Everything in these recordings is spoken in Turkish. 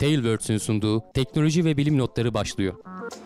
Tailwords'ün sunduğu teknoloji ve bilim notları başlıyor.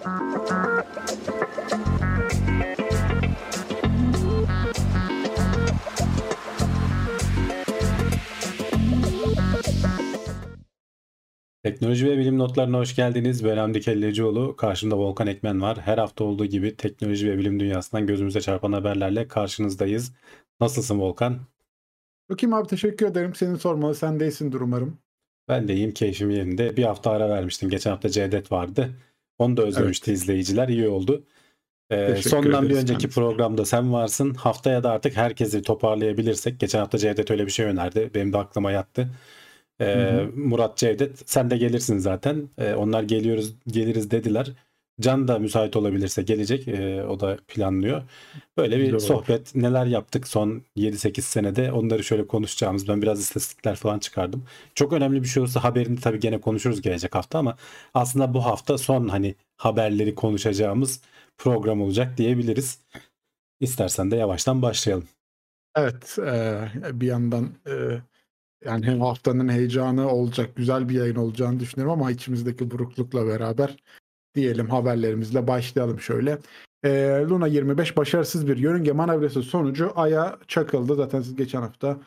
Teknoloji ve bilim notlarına hoş geldiniz. Ben Hamdi Kellecioğlu. Karşımda Volkan Ekmen var. Her hafta olduğu gibi teknoloji ve bilim dünyasından gözümüze çarpan haberlerle karşınızdayız. Nasılsın Volkan? Bakayım abi, teşekkür ederim. Seni sormalı. Sen de iyisindir umarım. Ben de iyiyim, keyfim yerinde. Bir hafta ara vermiştin. Geçen hafta Cevdet vardı. Onu da özlemişti Evet. izleyiciler. İyi oldu. Teşekkür Sondan bir ederiz önceki kendisine. programda sen varsın. Haftaya da artık herkesi toparlayabilirsek. Geçen hafta Cevdet öyle bir şey önerdi. Benim de aklıma yattı. Hı hı. Murat, Cevdet sen de gelirsin zaten. Onlar geliriz dediler. Can da müsait olabilirse gelecek. O da planlıyor. Böyle bir Güzel olur. sohbet, neler yaptık son 7-8 senede, onları şöyle konuşacağımız. Ben biraz istatistikler falan çıkardım. Çok önemli bir şey olursa haberini tabii gene konuşuruz gelecek hafta, ama aslında bu hafta son hani haberleri konuşacağımız program olacak diyebiliriz. İstersen de yavaştan başlayalım. Evet, bir yandan yani hem haftanın heyecanı olacak, güzel bir yayın olacağını düşünüyorum ama içimizdeki buruklukla beraber diyelim haberlerimizle başlayalım şöyle. Luna 25 başarısız bir yörünge manevrası sonucu Ay'a çakıldı. Zaten siz geçen hafta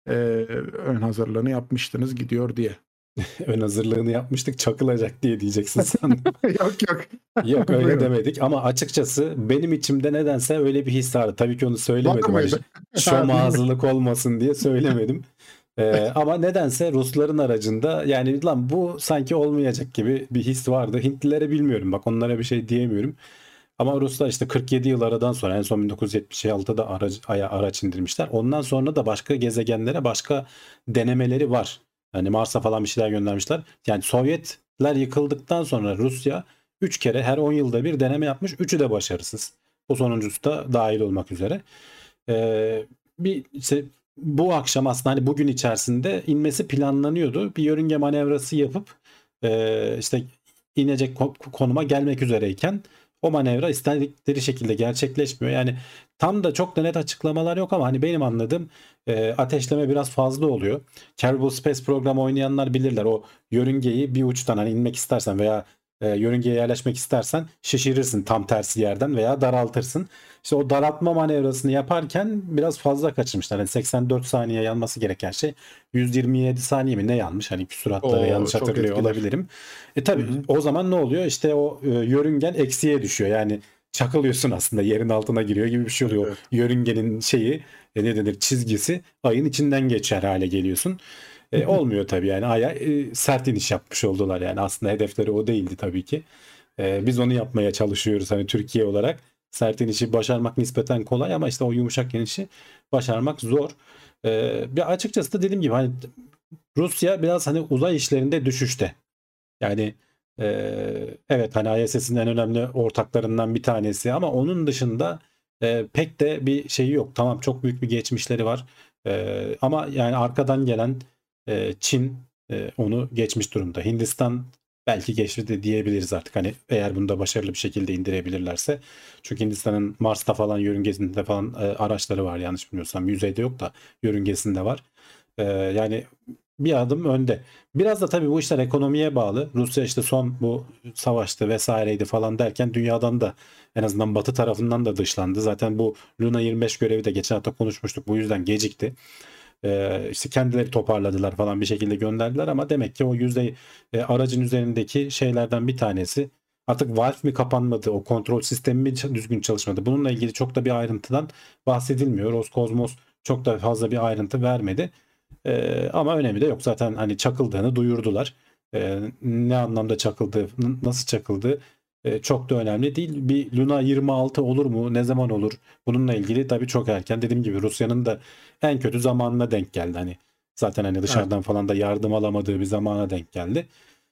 ön hazırlığını yapmıştınız, gidiyor diye. Ön hazırlığını yapmıştık, çakılacak diye diyeceksin sandım. Yok yok. Yok, öyle Buyurun. demedik, ama açıkçası benim içimde nedense öyle bir his vardı. Tabii ki onu Var söylemedim, hani mıydı? şom Bilmiyorum. ağızlılık olmasın diye söylemedim. Ama nedense Rusların aracında, yani lan bu sanki olmayacak gibi bir his vardı. Hintlilere bilmiyorum, bak onlara bir şey diyemiyorum. Ama Ruslar işte 47 yıl aradan sonra, en son 1976'da Ay'a araç indirmişler. Ondan sonra da başka gezegenlere başka denemeleri var. Hani Mars'a falan bir şeyler göndermişler. Yani Sovyetler yıkıldıktan sonra Rusya 3 kere her 10 yılda bir deneme yapmış. Üçü de başarısız. Bu sonuncusu da dahil olmak üzere. Bir işte bu akşam, aslında hani bugün içerisinde inmesi planlanıyordu. Bir yörünge manevrası yapıp işte inecek konuma gelmek üzereyken o manevra istedikleri şekilde gerçekleşmiyor. Yani tam da çok da net açıklamalar yok, ama hani benim anladığım ateşleme biraz fazla oluyor. Kerbal Space Program oynayanlar bilirler. O yörüngeyi bir uçtan hani inmek istersen veya yörüngeye yerleşmek istersen şişirirsin tam tersi yerden veya daraltırsın. İşte o daraltma manevrasını yaparken biraz fazla kaçırmışlar. Yani 84 saniye yanması gereken şey 127 saniye mi ne yanmış? Hani küsuratları O yanlış çok hatırlıyor etkiler. olabilirim. Hı Tabii hı. o zaman ne oluyor? İşte o yörüngen eksiye düşüyor. Yani çakılıyorsun, aslında yerin altına giriyor gibi bir şey Evet, oluyor. evet. Yörüngenin şeyi, ne denir, çizgisi ayın içinden geçer hale geliyorsun. Olmuyor tabii, yani Ay'a sert iniş yapmış oldular, yani aslında hedefleri o değildi tabii ki. Biz onu yapmaya çalışıyoruz hani Türkiye olarak. Sert inişi başarmak nispeten kolay, ama işte o yumuşak inişi başarmak zor. Bir açıkçası da dediğim gibi hani Rusya biraz hani uzay işlerinde düşüşte. Yani evet, hani ISS'in en önemli ortaklarından bir tanesi, ama onun dışında pek de bir şeyi yok. Tamam, çok büyük bir geçmişleri var. Ama yani arkadan gelen Çin onu geçmiş durumda. Hindistan belki geçti de diyebiliriz artık. Hani eğer bunu da başarılı bir şekilde indirebilirlerse. Çünkü Hindistan'ın Mars'ta falan, yörüngesinde falan araçları var, yanlış bilmiyorsam. Yüzeyde yok da yörüngesinde var. Yani bir adım önde. Biraz da tabii bu işler ekonomiye bağlı. Rusya işte son bu savaştı vesaireydi falan derken dünyadan da, en azından Batı tarafından da dışlandı. Zaten bu Luna 25 görevi de geçen hafta konuşmuştuk. Bu yüzden gecikti. İşte kendileri toparladılar falan, bir şekilde gönderdiler, ama demek ki o aracın üzerindeki şeylerden bir tanesi, artık valve mi kapanmadı, o kontrol sistemi mi düzgün çalışmadı. Bununla ilgili çok da bir ayrıntıdan bahsedilmiyor. Roskosmos çok da fazla bir ayrıntı vermedi. Ama önemi de yok. Zaten hani çakıldığını duyurdular. Ne anlamda çakıldığı, nasıl çakıldığı çok da önemli değil. Bir Luna 26 olur mu? Ne zaman olur? Bununla ilgili tabii çok erken. Dediğim gibi Rusya'nın da en kötü zamanına denk geldi. Hani zaten hani Evet. dışarıdan falan da yardım alamadığı bir zamana denk geldi.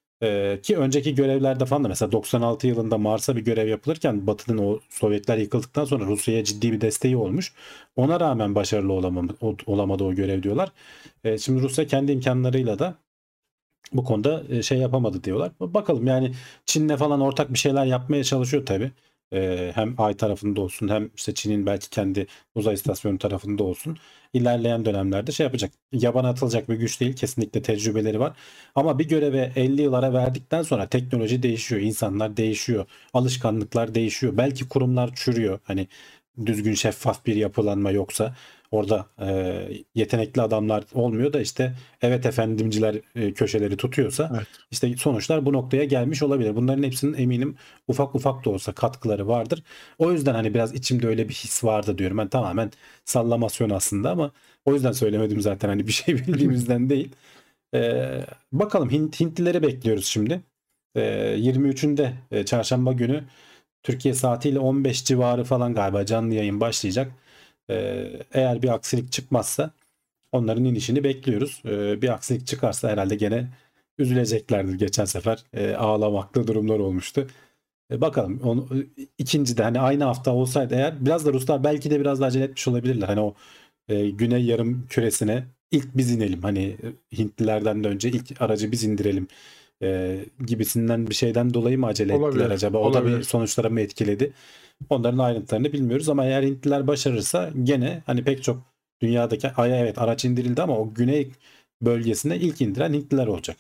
Ki önceki görevlerde falan da, mesela 96 yılında Mars'a bir görev yapılırken Batı'nın, o Sovyetler yıkıldıktan sonra Rusya'ya ciddi bir desteği olmuş. Ona rağmen başarılı olamadı o görev diyorlar. Şimdi Rusya kendi imkanlarıyla da bu konuda şey yapamadı diyorlar. Bakalım, yani Çin'le falan ortak bir şeyler yapmaya çalışıyor tabii. Hem Ay tarafında olsun hem işte Çin'in belki kendi uzay istasyonu tarafında olsun. İlerleyen dönemlerde şey yapacak. Yabana atılacak bir güç değil. Kesinlikle tecrübeleri var. Ama bir göreve 50 yıl ara verdikten sonra teknoloji değişiyor. İnsanlar değişiyor. Alışkanlıklar değişiyor. Belki kurumlar çürüyor. Hani düzgün şeffaf bir yapılanma yoksa orada yetenekli adamlar olmuyor da işte evet efendimciler köşeleri tutuyorsa Evet. işte sonuçlar bu noktaya gelmiş olabilir. Bunların hepsinin eminim ufak ufak da olsa katkıları vardır. O yüzden hani biraz içimde öyle bir his vardı diyorum. Ben tamamen sallamasyon aslında ama o yüzden söylemedim zaten hani bir şey bildiğimizden değil. Bakalım Hintlileri bekliyoruz şimdi. 23'ünde çarşamba günü Türkiye saatiyle 15 civarı falan galiba canlı yayın başlayacak. Eğer bir aksilik çıkmazsa onların inişini bekliyoruz. Bir aksilik çıkarsa herhalde gene üzüleceklerdir. Geçen sefer ağlamaklı durumlar olmuştu. Bakalım ikinci de hani aynı hafta olsaydı eğer biraz da Ruslar belki de biraz daha acele etmiş olabilirler. Hani o Güney Yarım küresine ilk biz inelim. Hani Hintlilerden de önce ilk aracı biz indirelim gibisinden bir şeyden dolayı mı acele ettiler Olabilir. acaba? O da bir Olabilir. sonuçlara mı etkiledi? Onların ayrıntılarını bilmiyoruz ama eğer Hintliler başarırsa gene hani pek çok dünyadaki Ay'a evet araç indirildi ama o güney bölgesine ilk indiren Hintliler olacak.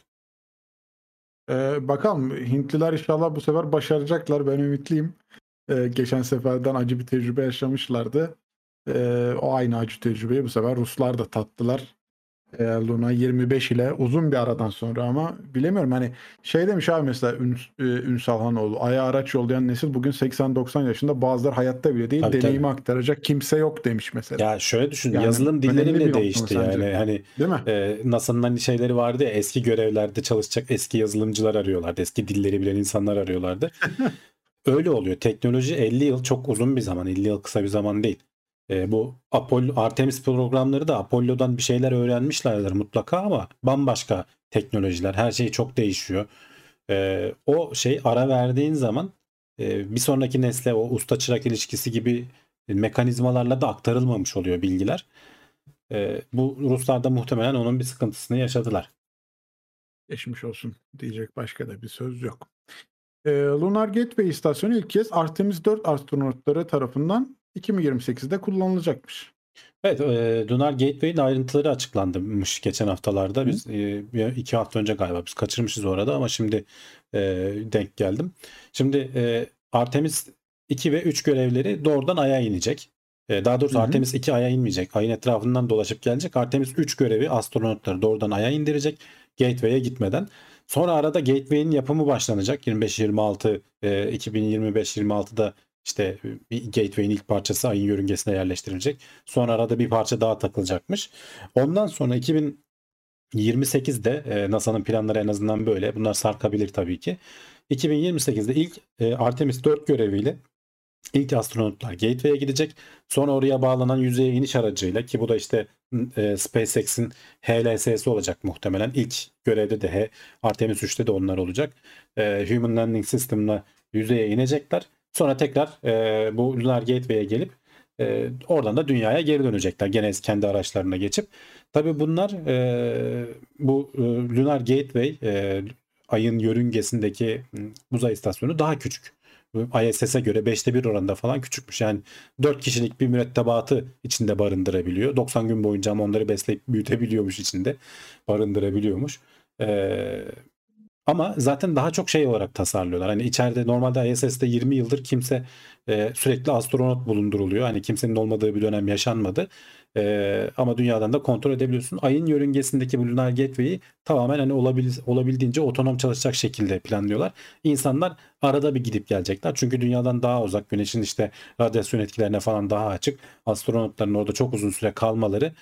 Bakalım Hintliler inşallah bu sefer başaracaklar. Ben ümitliyim. Geçen seferden acı bir tecrübe yaşamışlardı. O aynı acı tecrübeyi bu sefer Ruslar da tattılar. Luna 25 ile uzun bir aradan sonra ama bilemiyorum hani şey demiş abi mesela Ünsal Hanoğlu Ay'a araç yollayan nesil bugün 80-90 yaşında bazıları hayatta bile değil Tabii tabii. deneyimi aktaracak kimse yok demiş mesela. Ya şöyle düşün, Yani yazılım dilleri önemli bile bir nokta mı değişti sence? yani hani Değil mi? NASA'nın hani şeyleri vardı ya, eski görevlerde çalışacak eski yazılımcılar arıyorlardı, eski dilleri bilen insanlar arıyorlardı. Öyle oluyor. Teknoloji 50 yıl çok uzun bir zaman, 50 yıl kısa bir zaman değil. Bu Apollo, Artemis programları da Apollo'dan bir şeyler öğrenmişlerdir mutlaka ama bambaşka teknolojiler, her şey çok değişiyor. O şey ara verdiğin zaman bir sonraki nesle o usta çırak ilişkisi gibi mekanizmalarla da aktarılmamış oluyor bilgiler. Bu Ruslar da muhtemelen onun bir sıkıntısını yaşadılar. Geçmiş olsun diyecek başka da bir söz yok. Lunar Gateway istasyonu ilk kez Artemis 4 astronotları tarafından 2028'de kullanılacakmış. Evet, Lunar Gateway'in ayrıntıları açıklanmış geçen haftalarda. Hı. Biz 2 hafta önce galiba biz kaçırmışız orada ama şimdi e, denk geldim. Şimdi Artemis 2 ve 3 görevleri doğrudan Ay'a inecek. Daha Hı doğrusu hı. Artemis 2 Ay'a inmeyecek. Ayın etrafından dolaşıp gelecek. Artemis 3 görevi astronotları doğrudan Ay'a indirecek. Gateway'e gitmeden. Sonra arada Gateway'in yapımı başlanacak. 25-26 2025-26'da işte bir Gateway'in ilk parçası Ay'ın yörüngesine yerleştirilecek. Sonra arada bir parça daha takılacakmış. Ondan sonra 2028'de NASA'nın planları en azından böyle. Bunlar sarkabilir tabii ki. 2028'de ilk Artemis 4 göreviyle ilk astronotlar Gateway'e gidecek. Sonra oraya bağlanan yüzeye iniş aracıyla ki bu da işte SpaceX'in HLS'si olacak muhtemelen. İlk görevde de Artemis 3'te de onlar olacak. Human Landing System'la yüzeye inecekler. Sonra tekrar bu Lunar Gateway'e gelip oradan da dünyaya geri dönecekler. Gene kendi araçlarına geçip. Tabii bunlar bu Lunar Gateway Ay'ın yörüngesindeki uzay istasyonu daha küçük. ISS'e göre 5'te 1 oranında falan küçükmüş. Yani 4 kişilik bir mürettebatı içinde barındırabiliyor. 90 gün boyunca ama onları besleyip büyütebiliyormuş içinde. Barındırabiliyormuş. Ee, Ama zaten daha çok şey olarak tasarlıyorlar. Hani içeride normalde ISS'te 20 yıldır kimse sürekli astronot bulunduruluyor. Hani kimsenin olmadığı bir dönem yaşanmadı. Ama dünyadan da kontrol edebiliyorsun. Ayın yörüngesindeki bu Lunar Gateway'i tamamen hani olabildiğince otonom çalışacak şekilde planlıyorlar. İnsanlar arada bir gidip gelecekler. Çünkü dünyadan daha uzak, güneşin işte radyasyon etkilerine falan daha açık. Astronotların orada çok uzun süre kalmaları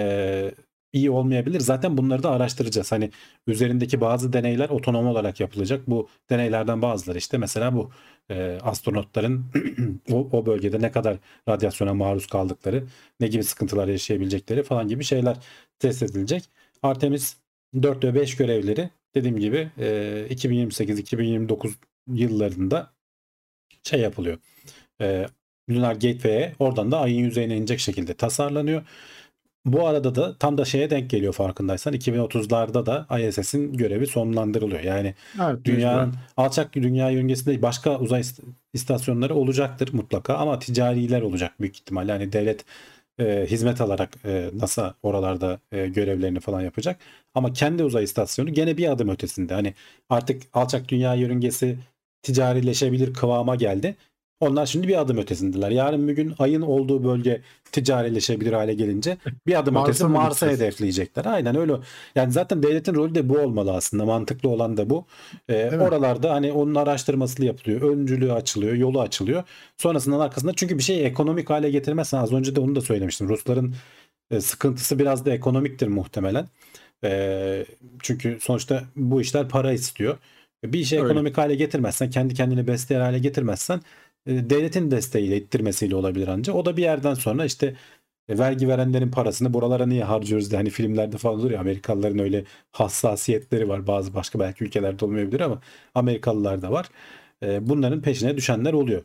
iyi olmayabilir. Zaten bunları da araştıracağız. Hani üzerindeki bazı deneyler otonom olarak yapılacak. Bu deneylerden bazıları işte mesela bu astronotların o bölgede ne kadar radyasyona maruz kaldıkları, ne gibi sıkıntılar yaşayabilecekleri falan gibi şeyler test edilecek. Artemis 4 ve 5 görevleri dediğim gibi 2028-2029 yıllarında şey yapılıyor. E, Lunar Gateway'e oradan da ayın yüzeyine inecek şekilde tasarlanıyor. bu arada da tam da şeye denk geliyor farkındaysan 2030'larda da ISS'in görevi sonlandırılıyor. Yani Evet, dünyanın mecburen. alçak dünya yörüngesinde başka uzay istasyonları olacaktır mutlaka ama ticariler olacak büyük ihtimalle. Yani devlet hizmet alarak NASA oralarda görevlerini falan yapacak. Ama kendi uzay istasyonu gene bir adım ötesinde. Hani artık alçak dünya yörüngesi ticarileşebilir kıvama geldi. Onlar şimdi bir adım ötesindeler. Yarın bir gün ayın olduğu bölge ticarileşebilir hale gelince bir adım ötesi Mars'a mı Mars'a gideceğiz? hedefleyecekler. Aynen öyle. Yani zaten devletin rolü de bu olmalı aslında. Mantıklı olan da bu. Değil mi? Oralarda hani onun araştırması yapılıyor. Öncülüğü açılıyor. Yolu açılıyor. Sonrasından arkasında çünkü bir şeyi ekonomik hale getirmezsen az önce de onu da söylemiştim. Rusların sıkıntısı biraz da ekonomiktir muhtemelen. E, Çünkü sonuçta bu işler para istiyor. Bir işi Öyle. ekonomik hale getirmezsen, kendi kendini besleyen hale getirmezsen devletin desteğiyle, ittirmesiyle olabilir ancak. O da bir yerden sonra işte vergi verenlerin parasını buralara niye harcıyoruz diye hani filmlerde falan olur ya Amerikalıların öyle hassasiyetleri var. Bazı başka belki ülkelerde olmayabilir ama Amerikalılarda var. Bunların peşine düşenler oluyor.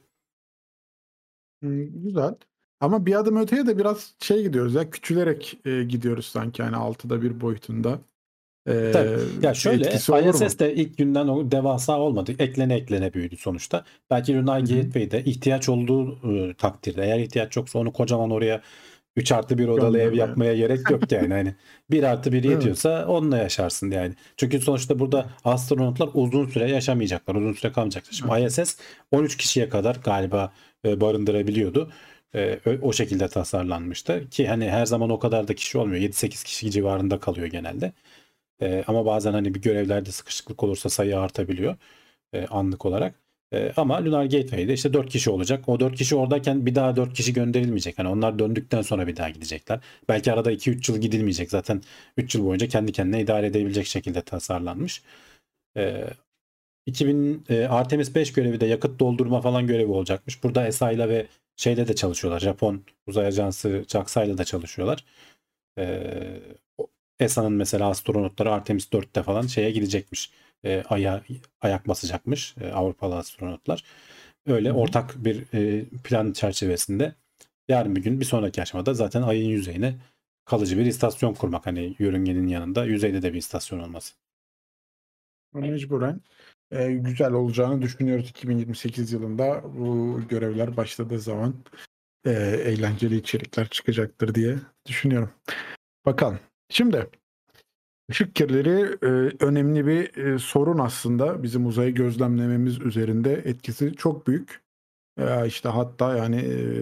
Güzel. Ama bir adım öteye de biraz şey gidiyoruz ya, küçülerek gidiyoruz sanki, yani 6'da 1 boyutunda. Tabii. Ya Bir şöyle etkisi olur mu? ISS de ilk günden o devasa olmadı. Eklene eklene büyüdü sonuçta. Belki Lunar Hı hı. Gateway'de ihtiyaç olduğu takdirde eğer ihtiyaç yoksa onu kocaman oraya 3+1 odalı ev Göndermeye. yapmaya gerek yok yani. Hani 1+1 Değil mi? yetiyorsa onunla yaşarsın yani. Çünkü sonuçta burada astronotlar uzun süre yaşamayacaklar. Uzun süre kalmayacaklar. Şimdi Evet. ISS 13 kişiye kadar galiba barındırabiliyordu. O şekilde tasarlanmıştı ki hani her zaman o kadar da kişi olmuyor. 7-8 kişi civarında kalıyor genelde. Ama bazen hani bir görevlerde sıkışıklık olursa sayı artabiliyor anlık olarak. Ama Lunar Gateway'de işte 4 kişi olacak. O 4 kişi oradayken bir daha 4 kişi gönderilmeyecek. Hani onlar döndükten sonra bir daha gidecekler. Belki arada 2-3 yıl gidilmeyecek. Zaten 3 yıl boyunca kendi kendine idare edebilecek şekilde tasarlanmış. E, 2000 Artemis 5 görevi de yakıt doldurma falan görevi olacakmış. Burada ESA'yla ve şeyle de çalışıyorlar. Japon Uzay Ajansı JAXA'yla da çalışıyorlar. Ee, ESA'nın mesela astronotları Artemis 4'te falan şeye gidecekmiş. Ay'a ayak basacakmış Avrupalı astronotlar. Hı Öyle hı. ortak bir plan çerçevesinde yarın bir gün bir sonraki aşamada zaten Ay'ın yüzeyine kalıcı bir istasyon kurmak. Hani yörüngenin yanında yüzeyde de bir istasyon olması. Mecburen güzel olacağını düşünüyoruz 2028 yılında bu görevler başladığı zaman eğlenceli içerikler çıkacaktır diye düşünüyorum. Bakalım. Şimdi ışık kirleri önemli bir sorun aslında. Bizim uzayı gözlemlememiz üzerinde etkisi çok büyük. İşte hatta yani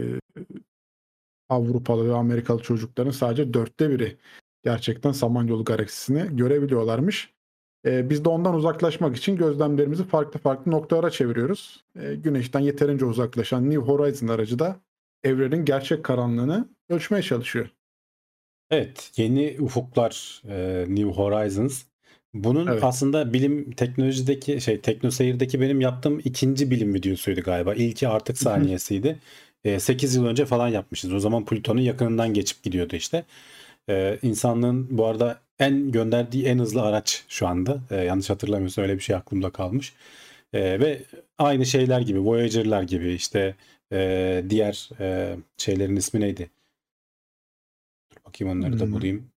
Avrupalı ve Amerikalı çocukların sadece 1/4'ü gerçekten Samanyolu galaksisini görebiliyorlarmış. Biz de ondan uzaklaşmak için gözlemlerimizi farklı farklı noktalara çeviriyoruz. Güneşten yeterince uzaklaşan New Horizon aracı da evrenin gerçek karanlığını ölçmeye çalışıyor. Evet, yeni ufuklar, New Horizons. Bunun Evet. aslında bilim teknolojideki teknoseyir'deki benim yaptığım ikinci bilim videosuydu galiba. İlki artık saniyesiydi. 8 yıl önce falan yapmışız. O zaman Plüton'un yakınından geçip gidiyordu işte. İnsanlığın bu arada gönderdiği en hızlı araç şu anda. Yanlış hatırlamıyorsam öyle bir şey aklımda kalmış. Ve aynı şeyler gibi, Voyager'lar gibi işte diğer şeylerin ismi neydi? Dur bakayım onları da Hmm, bulayım.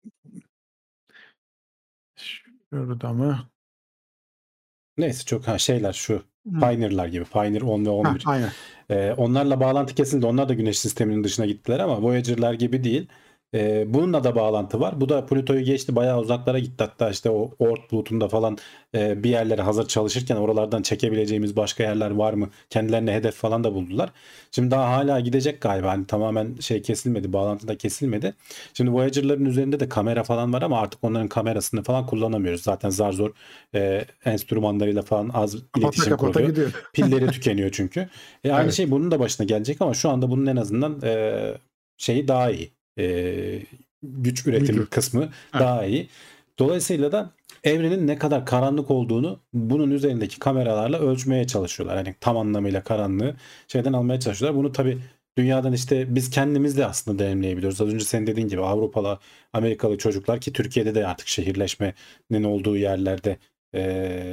Şurada mı? Neyse çok şeyler şu Hmm. Pioneer'lar gibi Pioneer 10 ve Hah, 11. aynen. Onlarla bağlantı kesildi. Onlar da güneş sisteminin dışına gittiler ama Voyager'lar gibi değil. Bununla da bağlantı var. Bu da Plüto'yu geçti. Bayağı uzaklara gitti. Hatta işte o Oort bulutunda falan bir yerlere hazır çalışırken oralardan çekebileceğimiz başka yerler var mı? Kendilerine hedef falan da buldular. Şimdi daha hala gidecek galiba. Hani tamamen şey kesilmedi. Bağlantı da kesilmedi. Şimdi Voyager'ların üzerinde de kamera falan var ama artık onların kamerasını falan kullanamıyoruz. Zaten zar zor enstrümanlarıyla falan az Kapata iletişim kapata kuruluyor. gidiyor. Pilleri tükeniyor çünkü. Aynı Evet. şey bunun da başına gelecek ama şu anda bunun en azından şeyi daha iyi. Güç üretim Gücü. kısmı Heh. daha iyi. Dolayısıyla da evrenin ne kadar karanlık olduğunu bunun üzerindeki kameralarla ölçmeye çalışıyorlar. Yani tam anlamıyla karanlığı şeyden almaya çalışıyorlar. Bunu tabii dünyadan işte biz kendimiz de aslında deneyimleyebiliyoruz. Az önce senin dediğin gibi Avrupalı, Amerikalı çocuklar ki Türkiye'de de artık şehirleşmenin olduğu yerlerde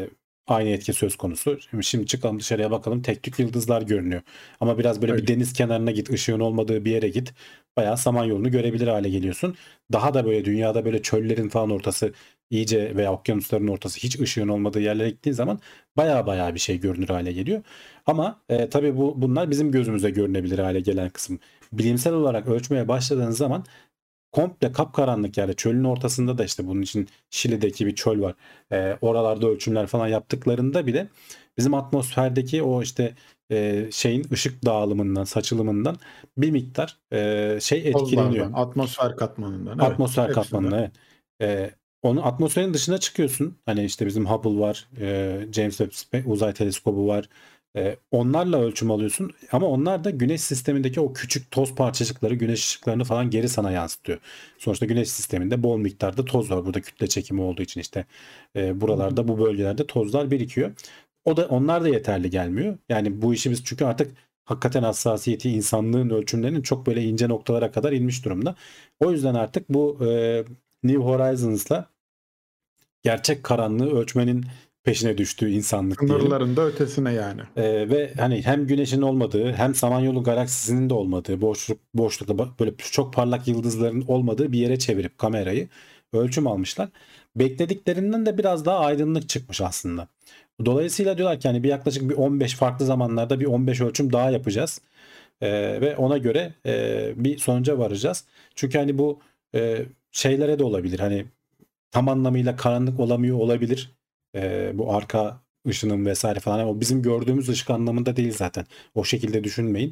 aynı etki söz konusu. Şimdi çıkalım dışarıya bakalım, tek tük yıldızlar görünüyor. Ama biraz böyle bir Öyle. deniz kenarına git, ışığın olmadığı bir yere git. Bayağı Samanyolu'nu görebilir hale geliyorsun. Daha da böyle dünyada böyle çöllerin falan ortası iyice veya okyanusların ortası hiç ışığın olmadığı yerlere gittiğin zaman bayağı bir şey görünür hale geliyor. Ama tabii bunlar bizim gözümüze görünebilir hale gelen kısım. Bilimsel olarak ölçmeye başladığınız zaman komple kapkaranlık yerde, çölün ortasında da, işte bunun için Şili'deki bir çöl var. Oralarda ölçümler falan yaptıklarında bile bizim atmosferdeki o işte şeyin ışık dağılımından, saçılımından bir miktar şey etkileniyor. Tozlardan, atmosfer katmanından. Evet. Atmosfer Hepsinde. katmanına, evet. Onu atmosferin dışına çıkıyorsun. Hani işte bizim Hubble var, James Webb Uzay Teleskobu var. Onlarla ölçüm alıyorsun ama onlar da güneş sistemindeki o küçük toz parçacıkları, güneş ışıklarını falan geri sana yansıtıyor. Sonuçta güneş sisteminde bol miktarda toz var. Burada kütle çekimi olduğu için işte buralarda, bu bölgelerde tozlar birikiyor. Onlar da yeterli gelmiyor. Yani bu işi biz, çünkü artık hakikaten hassasiyeti, insanlığın ölçümlerinin çok böyle ince noktalara kadar inmiş durumda. O yüzden artık bu New Horizons'la gerçek karanlığı ölçmenin peşine düştüğü insanlık diyelim. Sınırlarında ötesine yani. Ve hani hem güneşin olmadığı, hem Samanyolu galaksisinin de olmadığı, boşlukta böyle çok parlak yıldızların olmadığı bir yere çevirip kamerayı ölçüm almışlar. Beklediklerinden de biraz daha aydınlık çıkmış aslında. Dolayısıyla diyorlar ki hani yaklaşık bir 15 farklı zamanlarda bir 15 ölçüm daha yapacağız. Ve ona göre bir sonuca varacağız. Çünkü hani bu şeylere de olabilir. Hani tam anlamıyla karanlık olamıyor olabilir. Bu arka ışının vesaire falan. Ama bizim gördüğümüz ışık anlamında değil zaten. O şekilde düşünmeyin.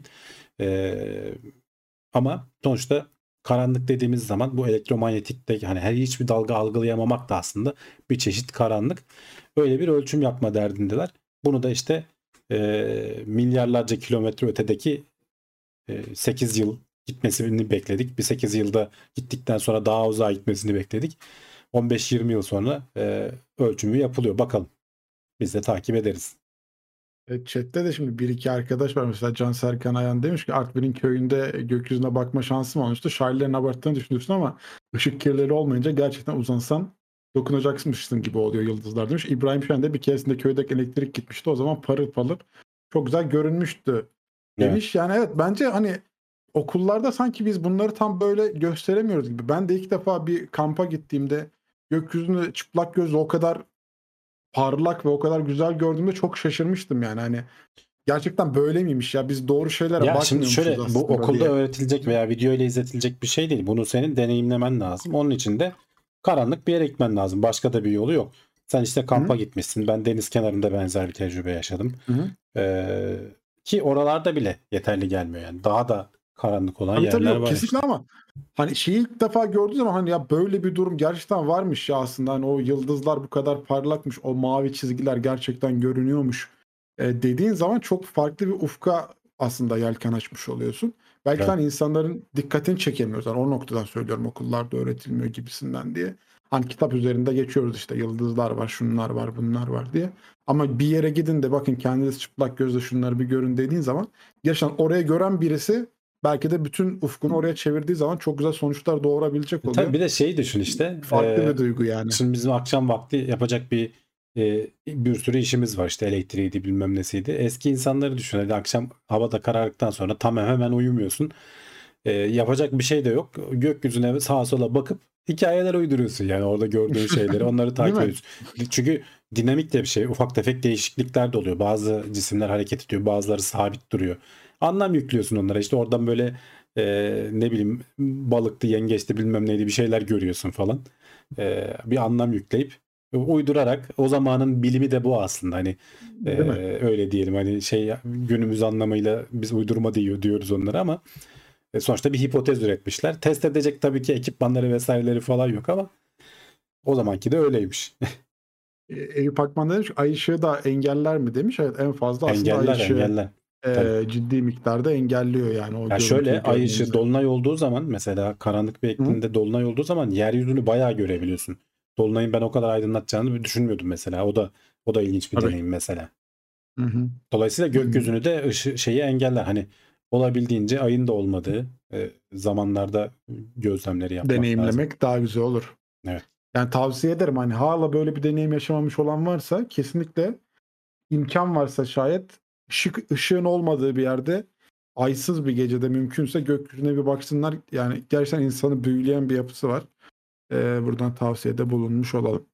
Ama sonuçta karanlık dediğimiz zaman bu elektromanyetikte hani her hiçbir dalga algılayamamak da aslında bir çeşit karanlık. Öyle bir ölçüm yapma derdindeler. Bunu da işte milyarlarca kilometre ötedeki 8 yıl gitmesini bekledik. Bir 8 yılda gittikten sonra daha uzağa gitmesini bekledik. 15-20 yıl sonra ölçümü yapılıyor. Bakalım. Biz de takip ederiz. Chat'te de şimdi bir iki arkadaş var. Mesela Can Serkan Ayan demiş ki Artvin'in köyünde gökyüzüne bakma şansım olmuştu. Şairlerin abarttığını düşünüyorsun ama ışık kirleri olmayınca gerçekten uzansan dokunacaksmışsın gibi oluyor yıldızlar demiş. İbrahim Şen de bir keresinde köydeki elektrik gitmişti. O zaman parıl parıl çok güzel görünmüştü demiş. Yani evet, bence hani okullarda sanki biz bunları tam böyle gösteremiyoruz gibi. Ben de ilk defa bir kampa gittiğimde gökyüzünü çıplak gözle o kadar parlak ve o kadar güzel gördüğümde çok şaşırmıştım yani. Hani gerçekten böyle miymiş ya? Biz doğru şeylere Ya şimdi bakmıyormuşuz şöyle, bu aslında okulda diye. öğretilecek veya video ile izletilecek bir şey değil. Bunu senin deneyimlemen lazım. Onun için de karanlık bir yere gitmen lazım. Başka da bir yolu yok. Sen işte kampa Hı-hı. gitmişsin. Ben deniz kenarında benzer bir tecrübe yaşadım. Hı-hı. Ki oralarda bile yeterli gelmiyor yani. Daha da karanlık olan Tabii yerler yok, var kesinlikle işte. ama hani şeyi ilk defa gördüğüm zaman hani ya böyle bir durum gerçekten varmış ya aslında. Hani o yıldızlar bu kadar parlakmış, o mavi çizgiler gerçekten görünüyormuş dediğin zaman çok farklı bir ufka aslında yelken açmış oluyorsun. Belki de Evet. hani insanların dikkatini çekemiyoruz. Yani o noktadan söylüyorum, okullarda öğretilmiyor gibisinden diye. Hani kitap üzerinde geçiyoruz işte yıldızlar var, şunlar var, bunlar var diye. Ama bir yere gidin de bakın kendiniz çıplak gözle şunları bir görün dediğin zaman gerçekten oraya gören birisi belki de bütün ufkunu oraya çevirdiği zaman çok güzel sonuçlar doğurabilecek Tabii oluyor. bir de şeyi düşün işte. Farklı bir duygu yani. Şimdi bizim akşam vakti yapacak bir sürü işimiz var, işte elektriğiydi bilmem nesiydi. Eski insanları düşün. Hadi akşam havada karardıktan sonra tamam, hemen uyumuyorsun. Yapacak bir şey de yok. Gökyüzüne sağa sola bakıp hikayeler uyduruyorsun yani, orada gördüğün şeyleri, onları Değil takip mi? ediyorsun. Çünkü dinamik de bir şey. Ufak tefek değişiklikler de oluyor. Bazı cisimler hareket ediyor, bazıları sabit duruyor. Anlam yüklüyorsun onlara. İşte oradan böyle ne bileyim, balıktı, yengeçti, bilmem neydi, bir şeyler görüyorsun falan. Bir anlam yükleyip uydurarak, o zamanın bilimi de bu aslında, hani Değil mi? öyle diyelim, hani şey, günümüz anlamıyla biz uydurma diyoruz onlara ama sonuçta bir hipotez üretmişler. Test edecek tabii ki ekipmanları vesaireleri falan yok ama o zamanki de öyleymiş. Eyüp Akman demiş ki ay ışığı da engeller mi demiş. Evet, en fazla aslında ay Engeller ışığı engeller. Tabii. ciddi miktarda engelliyor yani o Ya şöyle, görüntüyü ay ışığı, görmenizi. dolunay olduğu zaman, mesela karanlık bir Hı iklimde dolunay olduğu zaman yeryüzünü bayağı görebiliyorsun. Dolunayın ben o kadar aydınlatacağını düşünmüyordum mesela. O da ilginç bir Tabii. deneyim mesela. Hı hı. Dolayısıyla Hı hı. gökyüzünü de şeyi engeller. Hani olabildiğince ayın da olmadığı zamanlarda gözlemleri yapmak lazım. Deneyimlemek daha güzel olur. Evet. Yani tavsiye ederim, hani hala böyle bir deneyim yaşamamış olan varsa kesinlikle imkan varsa şayet ışığın olmadığı bir yerde, aysız bir gecede mümkünse gökyüzüne bir baksınlar. Yani gerçekten insanı büyüleyen bir yapısı var. Buradan tavsiyede bulunmuş olalım.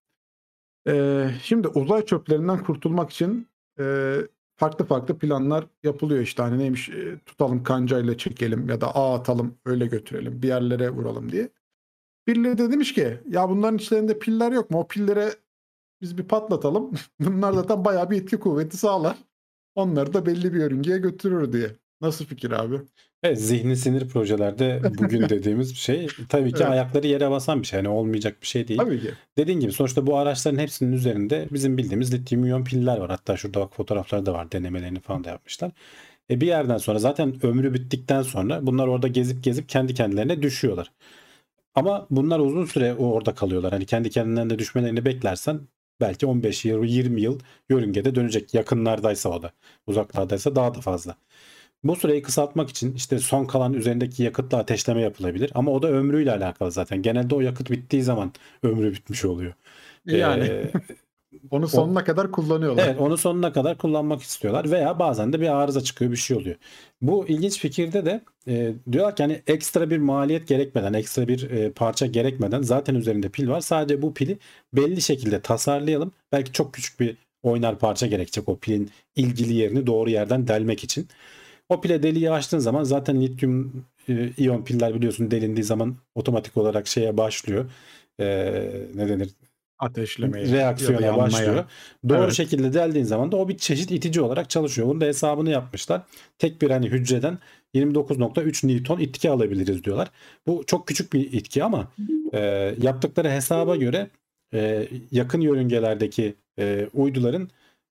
Şimdi uzay çöplerinden kurtulmak için farklı farklı planlar yapılıyor işte. Hani neymiş, tutalım kancayla çekelim ya da ağ atalım öyle götürelim bir yerlere vuralım diye. Birileri de demiş ki ya bunların içlerinde piller yok mu? O pillere biz bir patlatalım. Bunlar zaten bayağı bir etki kuvveti sağlar. Onları da belli bir yörüngeye götürür diye. Nasıl fikir abi? Evet, zihni sinir projelerde bugün dediğimiz bir şey tabii ki Evet, ayakları yere basan bir şey. Yani olmayacak bir şey değil. tabii ki. Dediğin gibi sonuçta bu araçların hepsinin üzerinde bizim bildiğimiz lityum iyon piller var. Hatta şurada bak fotoğrafları da var. Denemelerini falan da yapmışlar. Bir yerden sonra zaten ömrü bittikten sonra bunlar orada gezip gezip kendi kendilerine düşüyorlar. Ama bunlar uzun süre orada kalıyorlar. Hani kendi kendilerine düşmelerini beklersen belki 15 yıl, 20 yıl yörüngede dönecek. Yakınlardaysa o da. Uzaklardaysa daha da fazla. Bu süreyi kısaltmak için işte son kalan üzerindeki yakıtla ateşleme yapılabilir. Ama o da ömrüyle alakalı zaten. Genelde o yakıt bittiği zaman ömrü bitmiş oluyor. Yani Ee, onu o, sonuna kadar kullanıyorlar. evet, onu sonuna kadar kullanmak istiyorlar veya bazen de bir arıza çıkıyor, bir şey oluyor. Bu ilginç fikirde de diyorlar ki hani ekstra bir maliyet gerekmeden, ekstra bir parça gerekmeden zaten üzerinde pil var. Sadece bu pili belli şekilde tasarlayalım. Belki çok küçük bir oynar parça gerekecek o pilin ilgili yerini doğru yerden delmek için. O pile deliği açtığın zaman zaten lityum iyon piller biliyorsun delindiği zaman otomatik olarak şeye başlıyor. Ne denir? Ateşlemeye ya da Reaksiyona başlıyor. yanmaya. Doğru Evet. şekilde deldiğin zaman da o bir çeşit itici olarak çalışıyor. Bunun da hesabını yapmışlar. Tek bir hani hücreden 29,3 Newton itki alabiliriz diyorlar. Bu çok küçük bir itki ama e, yaptıkları hesaba göre yakın yörüngelerdeki uyduların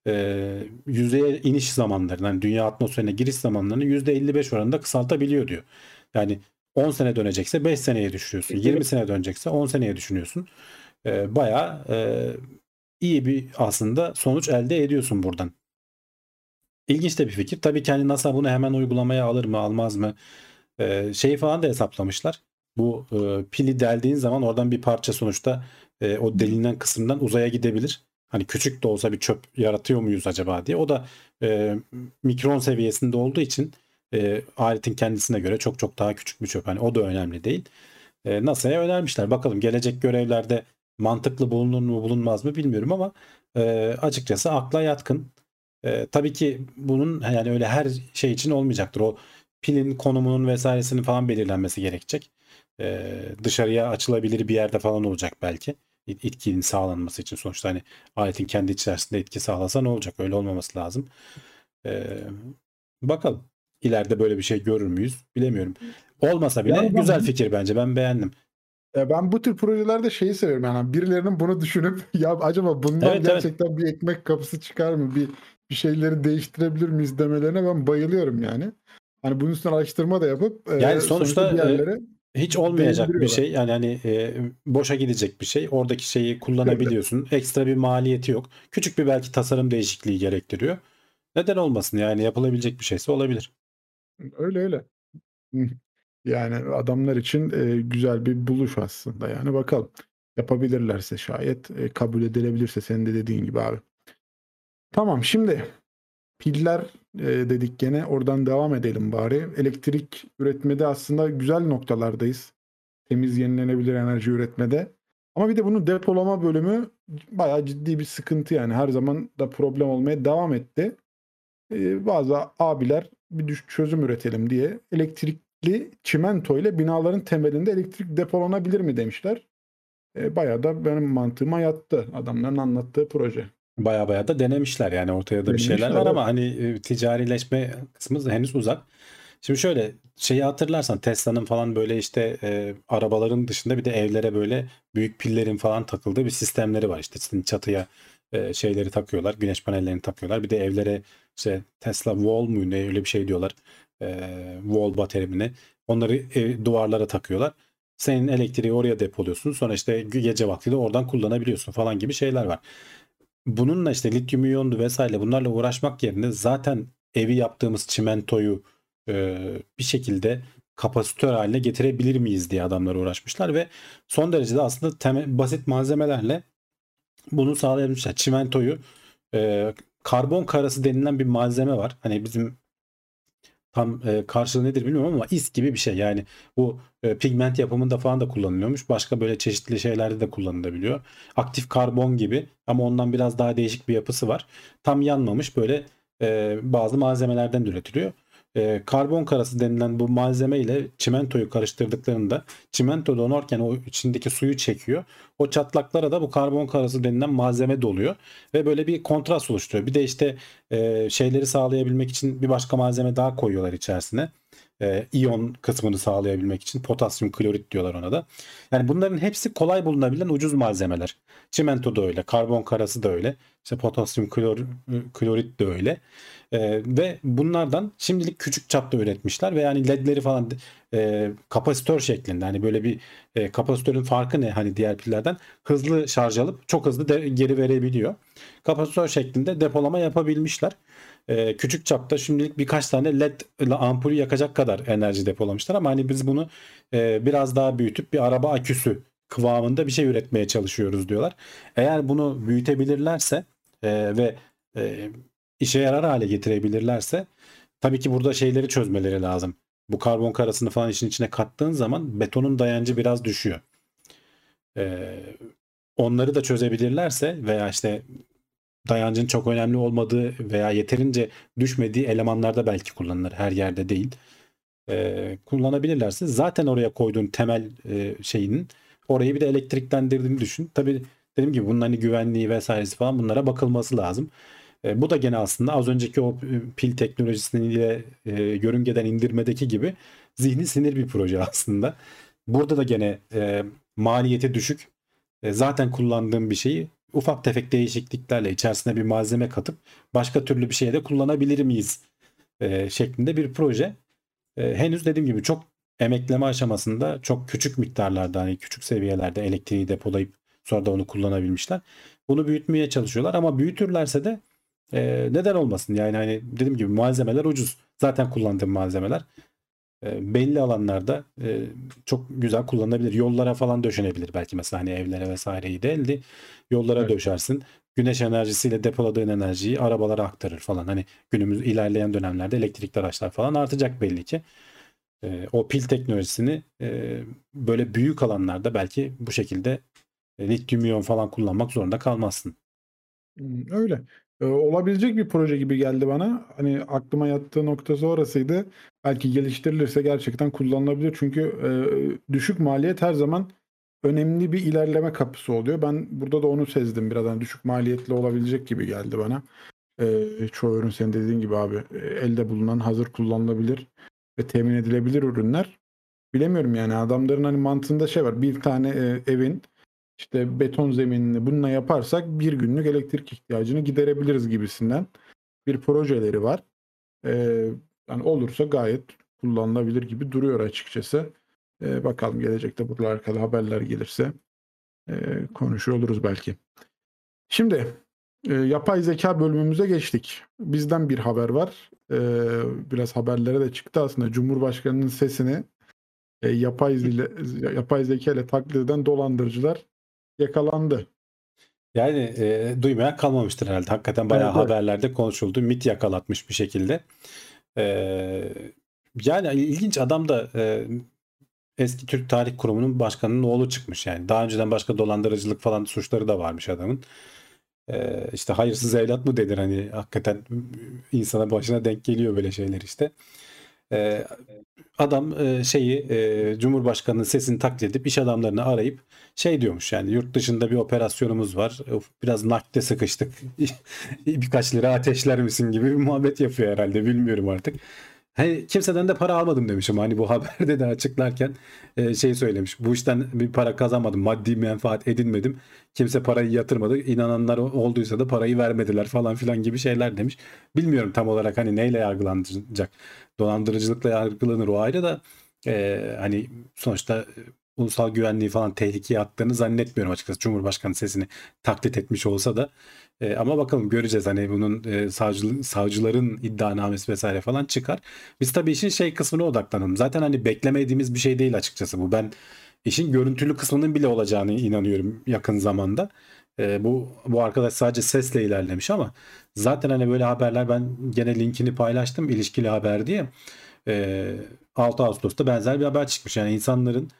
yüzeye iniş zamanlarını, yani dünya atmosferine giriş zamanlarını %55 oranında kısaltabiliyor diyor. Yani 10 sene dönecekse 5 seneye düşürüyorsun. 20 sene dönecekse 10 seneye düşünüyorsun. Bayağı iyi bir aslında sonuç elde ediyorsun buradan. İlginç de bir fikir. Tabii ki hani NASA bunu hemen uygulamaya alır mı almaz mı? Şeyi falan da hesaplamışlar. Bu pili deldiğin zaman oradan bir parça sonuçta o delinen kısımdan uzaya gidebilir. Hani küçük de olsa bir çöp yaratıyor muyuz acaba diye. O da mikron seviyesinde olduğu için aletin kendisine göre çok çok daha küçük bir çöp. Hani o da önemli değil. NASA'ya önermişler. Bakalım gelecek görevlerde mantıklı bulunur mu bulunmaz mı bilmiyorum ama açıkçası akla yatkın. Tabii ki bunun yani öyle her şey için olmayacaktır. O pilin konumunun vesairesinin falan belirlenmesi gerekecek. Dışarıya açılabilir bir yerde falan olacak belki. İtkinin sağlanması için sonuçta hani aletin kendi içerisinde etki sağlasa ne olacak? Öyle olmaması lazım. Ee, Bakalım. İleride böyle bir şey görür müyüz? Bilemiyorum. Olmasa bile Yani güzel fikir bence. Ben beğendim. ben bu tür projelerde şeyi seviyorum yani birilerinin bunu düşünüp ya acaba bundan Evet, evet. gerçekten bir ekmek kapısı çıkar mı? Bir şeyleri değiştirebilir miyiz demelerine ben bayılıyorum yani. Hani bunun üstüne araştırma da yapıp Yani sonuçta bir sonuçta yerlere hiç olmayacak bir değindiriyorlar. şey. Yani hani boşa gidecek bir şey. Oradaki şeyi kullanabiliyorsun. Ekstra bir maliyeti yok. Küçük bir belki tasarım değişikliği gerektiriyor. Neden olmasın yani yapılabilecek bir şeyse olabilir. Öyle öyle. Hı. Yani adamlar için güzel bir buluş aslında yani bakalım. Yapabilirlerse şayet kabul edilebilirse senin de dediğin gibi abi. Tamam şimdi piller dedik gene oradan devam edelim bari. Elektrik üretmede aslında güzel noktalardayız. Temiz yenilenebilir enerji üretmede. Ama bir de bunun depolama bölümü bayağı ciddi bir sıkıntı yani. Her zaman da problem olmaya devam etti. Bazı abiler bir çözüm üretelim diye elektrikli çimento ile binaların temelinde elektrik depolanabilir mi demişler. Bayağı da benim mantığıma yattı adamların anlattığı proje. Baya baya da denemişler yani ortaya da bir şeyler Denemişler var evet. ama hani ticarileşme kısmı da henüz uzak. Şimdi şöyle şeyi hatırlarsan Tesla'nın falan böyle işte arabaların dışında bir de evlere böyle büyük pillerin falan takıldığı bir sistemleri var. İşte sizin çatıya şeyleri takıyorlar, güneş panellerini takıyorlar. Bir de evlere işte Tesla Wall mu ne öyle bir şey diyorlar. Wall battery mi ne? Onları duvarlara takıyorlar. Senin elektriği oraya depoluyorsun. Sonra işte gece vakti de oradan kullanabiliyorsun falan gibi şeyler var. Bununla işte lityum iyondu vesaire bunlarla uğraşmak yerine zaten evi yaptığımız çimentoyu bir şekilde kapasitör haline getirebilir miyiz diye adamlar uğraşmışlar ve son derecede aslında basit malzemelerle bunu sağlayabilmişler. Çimentoyu karbon karası denilen bir malzeme var. Hani bizim tam karşılığı nedir bilmiyorum ama is gibi bir şey. Yani bu pigment yapımında falan da kullanılıyormuş. Başka böyle çeşitli şeylerde de kullanılabiliyor. Aktif karbon gibi ama ondan biraz daha değişik bir yapısı var. Tam yanmamış böyle bazı malzemelerden üretiliyor. Karbon karası denilen bu malzeme ile çimentoyu karıştırdıklarında çimento donarken o içindeki suyu çekiyor. O çatlaklara da bu karbon karası denilen malzeme doluyor ve böyle bir kontrast oluşturuyor. Bir de işte şeyleri sağlayabilmek için bir başka malzeme daha koyuyorlar içerisine. İyon kısmını sağlayabilmek için potasyum klorit diyorlar ona da. Yani bunların hepsi kolay bulunabilen ucuz malzemeler. Çimento da öyle, karbon karası da öyle, işte potasyum klorit de öyle. Ve bunlardan şimdilik küçük çapta üretmişler ve yani ledleri falan kapasitör şeklinde, hani böyle bir kapasitörün farkı ne hani diğer pillerden, hızlı şarj alıp çok hızlı geri verebiliyor. Kapasitör şeklinde depolama yapabilmişler. Küçük çapta şimdilik birkaç tane led ile ampulü yakacak kadar enerji depolamışlar ama hani biz bunu biraz daha büyütüp bir araba aküsü kıvamında bir şey üretmeye çalışıyoruz diyorlar. Eğer bunu büyütebilirlerse ve işe yarar hale getirebilirlerse, tabii ki burada şeyleri çözmeleri lazım. Bu karbon karasını falan işin içine kattığın zaman betonun dayancı biraz düşüyor. Onları da çözebilirlerse veya işte dayancın çok önemli olmadığı veya yeterince düşmediği elemanlarda belki kullanılır. Her yerde değil. Kullanabilirlerse zaten oraya koyduğun temel şeyinin orayı bir de elektriklendirdiğini düşün. Tabii dediğim gibi bunun hani güvenliği vesairesi falan, bunlara bakılması lazım. Bu da gene aslında az önceki o pil teknolojisiyle yörüngeden indirmedeki gibi zihni sinir bir proje aslında. Burada da gene maliyeti düşük. Zaten kullandığım bir şeyi ufak tefek değişikliklerle içerisine bir malzeme katıp başka türlü bir şeye de kullanabilir miyiz şeklinde bir proje. Henüz dediğim gibi çok emekleme aşamasında, çok küçük miktarlarda, hani küçük seviyelerde elektriği depolayıp sonra da onu kullanabilmişler. Bunu büyütmeye çalışıyorlar ama büyütürlerse de neden olmasın? Yani hani dediğim gibi malzemeler ucuz. Zaten kullandığım malzemeler belli alanlarda çok güzel kullanılabilir. Yollara falan döşenebilir belki, mesela hani evlere vesaireyi değildi. Yollara Evet. döşersin. Güneş enerjisiyle depoladığın enerjiyi arabalara aktarır falan. Hani günümüz ilerleyen dönemlerde elektrikli araçlar falan artacak belli ki. O pil teknolojisini böyle büyük alanlarda belki bu şekilde lityum iyon falan kullanmak zorunda kalmazsın. Öyle. Olabilecek bir proje gibi geldi bana. Hani aklıma yattığı noktası orasıydı. Belki geliştirilirse gerçekten kullanılabilir. Çünkü düşük maliyet her zaman önemli bir ilerleme kapısı oluyor. Ben burada da onu sezdim biraz. Hani düşük maliyetli olabilecek gibi geldi bana. Çoğu ürün senin dediğin gibi abi elde bulunan hazır kullanılabilir ve temin edilebilir ürünler. Bilemiyorum yani adamların hani mantığında şey var. Bir tane evin işte beton zeminini bununla yaparsak bir günlük elektrik ihtiyacını giderebiliriz gibisinden bir projeleri var. Yani olursa gayet kullanılabilir gibi duruyor açıkçası. Bakalım gelecekte buralar alakalı haberler gelirse konuşuyor oluruz belki. Şimdi yapay zeka bölümümüze geçtik. Bizden bir haber var. Biraz haberlere de çıktı aslında. Cumhurbaşkanının sesini yapay zeka ile taklit eden dolandırıcılar yakalandı. Yani duymayan kalmamıştır herhalde. Hakikaten bayağı Evet, evet. haberlerde konuşuldu. MİT yakalatmış bir şekilde. E, Yani ilginç, adam da eski Türk Tarih Kurumu'nun başkanının oğlu çıkmış yani. Daha önceden başka dolandırıcılık falan suçları da varmış adamın. İşte hayırsız evlat mı denir, hani hakikaten insana başına denk geliyor böyle şeyler işte. E, Adam Cumhurbaşkanının sesini taklit edip iş adamlarını arayıp şey diyormuş, yani yurt dışında bir operasyonumuz var. Biraz nakde sıkıştık. Birkaç lira ateşler misin gibi bir muhabbet yapıyor herhalde, bilmiyorum artık. Hani kimseden de para almadım demiş ama hani bu haberde de açıklarken şey söylemiş. Bu işten bir para kazanmadım, maddi menfaat edinmedim. Kimse parayı yatırmadı. İnananlar olduysa da parayı vermediler falan filan gibi şeyler demiş. Bilmiyorum tam olarak hani neyle yargılanacak. Dolandırıcılıkla yargılanır, o ayrı da hani sonuçta ulusal güvenliği falan tehlikeye attığını zannetmiyorum açıkçası. Cumhurbaşkanı sesini taklit etmiş olsa da. Ama bakalım, göreceğiz hani bunun savcıların iddianamesi vesaire falan çıkar. Biz tabii işin şey kısmına odaklanalım. Zaten hani beklemediğimiz bir şey değil açıkçası bu. Ben işin görüntülü kısmının bile olacağını inanıyorum yakın zamanda. Bu arkadaş sadece sesle ilerlemiş ama zaten hani böyle haberler, ben gene linkini paylaştım, ilişkili haber diye. 6 Ağustos'ta benzer bir haber çıkmış. Yani insanların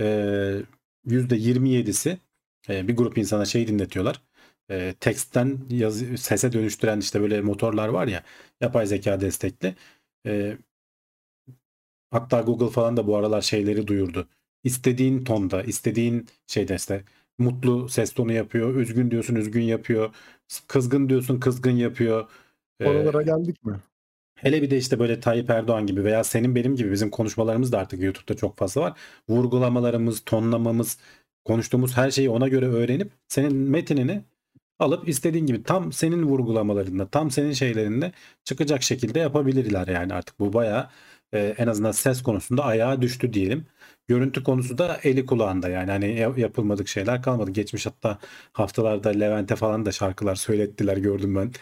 %27'si, bir grup insana şey dinletiyorlar. Teksten sese dönüştüren işte böyle motorlar var ya, yapay zeka destekli. E, Hatta Google falan da bu aralar şeyleri duyurdu. İstediğin tonda, istediğin şeyde işte mutlu ses tonu yapıyor. Üzgün diyorsun, üzgün yapıyor. Kızgın diyorsun, kızgın yapıyor. Ee, Oralara geldik mi? Hele bir de işte böyle Tayyip Erdoğan gibi veya senin benim gibi bizim konuşmalarımız da artık YouTube'da çok fazla var. Vurgulamalarımız, tonlamamız, konuştuğumuz her şeyi ona göre öğrenip senin metinini alıp istediğin gibi tam senin vurgulamalarında, tam senin şeylerinde çıkacak şekilde yapabilirler yani. Artık bu bayağı en azından ses konusunda ayağa düştü diyelim. Görüntü konusu da eli kulağında, yani hani yapılmadık şeyler kalmadı. Geçmiş hatta haftalarda Levent'e falan da şarkılar söylettiler, gördüm ben.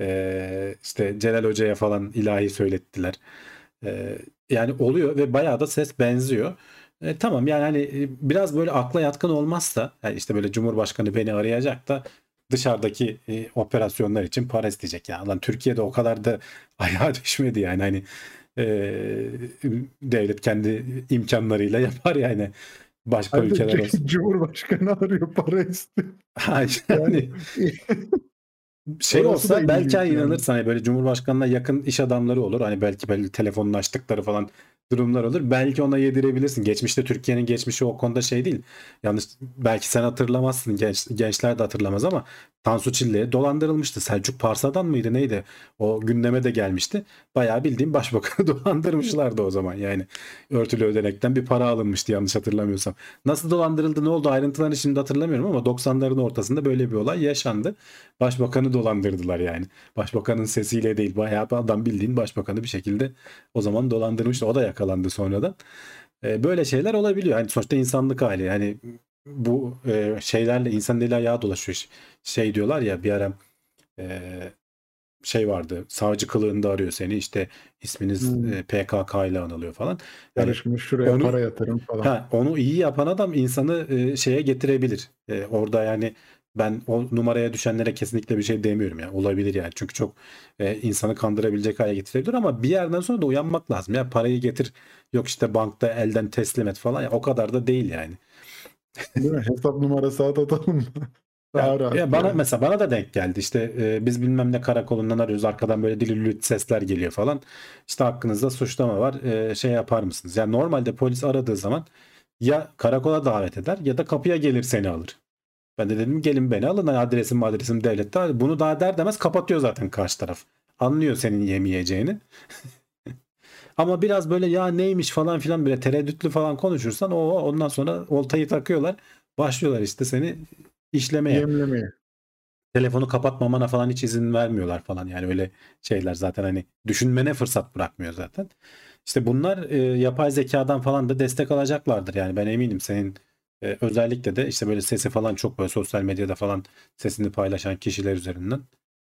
İşte Celal Hoca'ya falan ilahi söylettiler. Yani oluyor ve bayağı da ses benziyor. Tamam yani hani biraz böyle akla yatkın olmazsa, yani işte böyle Cumhurbaşkanı beni arayacak da dışarıdaki operasyonlar için para isteyecek ya. Lan Türkiye'de o kadar da ayağa düşmedi yani, hani e, devlet kendi imkanlarıyla yapar yani, başka Halbuki ülkeler olsun. Cumhurbaşkanı arıyor, para istiyor. Yani Yani şey orası da olsa belki ilginç yani. inanırsın, hani böyle Cumhurbaşkanına yakın iş adamları olur. Hani belki böyle telefonlaştıkları falan durumlar olur. Belki ona yedirebilirsin. Geçmişte Türkiye'nin geçmişi o konuda şey değil. Yanlış, belki sen hatırlamazsın, gençler de hatırlamaz ama Tansu Çiller'e dolandırılmıştı. Selçuk Parsa'dan mıydı neydi? O gündeme de gelmişti. Bayağı bildiğim başbakanı dolandırmışlardı o zaman. Yani örtülü ödenekten bir para alınmıştı yanlış hatırlamıyorsam. Nasıl dolandırıldı, ne oldu, ayrıntılarını şimdi hatırlamıyorum ama 90'ların ortasında böyle bir olay yaşandı. Başbakanı dolandırdılar yani. Başbakanın sesiyle değil. Bayağı bir adam bildiğin başbakanı bir şekilde o zaman dolandırmıştı. O da yakalandı sonradan. Böyle şeyler olabiliyor. Hani sonuçta insanlık hali. Yani bu şeylerle insan eli ayağı dolaşıyor. Şey diyorlar ya bir ara, e, şey vardı. Savcı kılığında arıyor seni. İşte isminiz Hmm, PKK ile anılıyor falan. Yani Karışmış, şuraya onu para yatırım falan. onu iyi yapan adam insanı şeye getirebilir. Orada yani ben o numaraya düşenlere kesinlikle bir şey demiyorum ya. Olabilir yani. Çünkü çok insanı kandırabilecek hale getirebilir ama bir yerden sonra da uyanmak lazım. Ya parayı getir, yok işte bankta elden teslim et falan. Ya, o kadar da değil yani. Değil mi? Hesap numarası atalım mı? Daha rahat Ya bana yani. mesela, bana da denk geldi. İşte biz bilmem ne karakolundan arıyoruz. Arkadan böyle dililüt sesler geliyor falan. İşte hakkınızda suçlama var. Şey yapar mısınız? Yani normalde polis aradığı zaman ya karakola davet eder ya da kapıya gelir seni alır. Ben de dedim gelin beni alın. Hani adresim devlette. Bunu daha der demez kapatıyor zaten karşı taraf. Anlıyor senin yemeyeceğini. Ama biraz böyle ya neymiş falan filan böyle tereddütlü falan konuşursan ondan sonra oltayı takıyorlar. Başlıyorlar işte seni işlemeye. Yemlemeye. Telefonu kapatmamana falan hiç izin vermiyorlar falan. Yani öyle şeyler zaten hani düşünmene fırsat bırakmıyor zaten. İşte bunlar yapay zekadan falan da destek alacaklardır. Yani ben eminim senin özellikle de işte böyle sesi falan çok böyle sosyal medyada falan sesini paylaşan kişiler üzerinden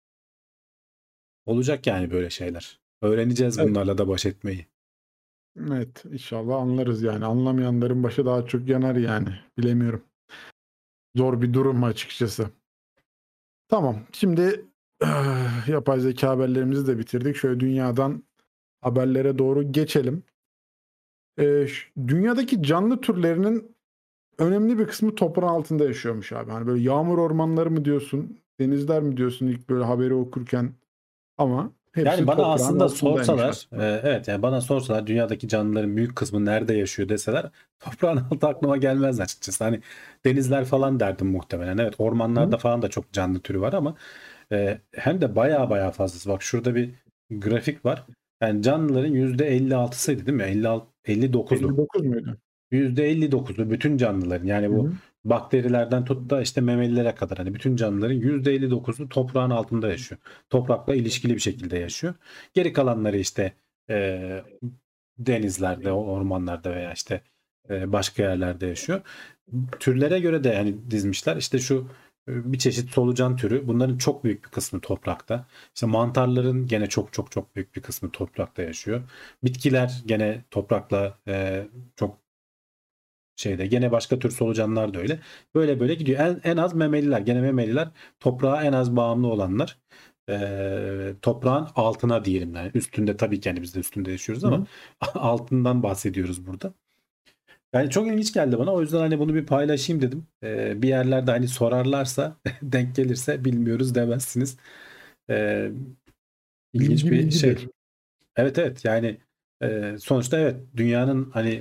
olacak yani böyle şeyler. Öğreneceğiz Evet, bunlarla da baş etmeyi. evet, inşallah anlarız yani. Anlamayanların başı daha çok yanar yani. Bilemiyorum. Zor bir durum açıkçası. Tamam. Şimdi yapay zeka haberlerimizi de bitirdik. Şöyle dünyadan haberlere doğru geçelim. Dünyadaki canlı türlerinin önemli bir kısmı toprağın altında yaşıyormuş abi. Hani böyle yağmur ormanları mı diyorsun, denizler mi diyorsun ilk böyle haberi okurken, ama Yani hepsi bana toprağın aslında altındaymış sorsalar, aslında. evet yani bana sorsalar dünyadaki canlıların büyük kısmı nerede yaşıyor deseler toprağın altı aklıma gelmez açıkçası. Hani denizler falan derdim muhtemelen. Evet, Hı? ormanlarda falan da çok canlı türü var ama hem de baya baya fazlası. Bak şurada bir grafik var. Yani canlıların %56'sıydı değil mi? 56, 59'u. 59 muydu? %59'u bütün canlıların, yani Hı bu hı. bakterilerden tut da işte memelilere kadar hani bütün canlıların %59'u toprağın altında yaşıyor. Toprakla ilişkili bir şekilde yaşıyor. Geri kalanları işte e, denizlerde, ormanlarda veya işte başka yerlerde yaşıyor. Türlere göre de yani dizmişler. İşte şu bir çeşit solucan türü. Bunların çok büyük bir kısmı toprakta. İşte mantarların gene çok çok çok büyük bir kısmı toprakta yaşıyor. Bitkiler gene toprakla çok şeyde. Gene başka tür solucanlar da öyle. Böyle böyle gidiyor. En az memeliler. Gene memeliler toprağa en az bağımlı olanlar. Toprağın altına diyelim. Yani üstünde tabii ki yani biz de üstünde yaşıyoruz Hı ama hı. altından bahsediyoruz burada. Yani çok ilginç geldi bana. O yüzden hani bunu bir paylaşayım dedim. Bir yerlerde hani sorarlarsa denk gelirse bilmiyoruz demezsiniz. Ee, ilginç Bilgi bir şey. bilgidir. Evet evet yani sonuçta evet dünyanın hani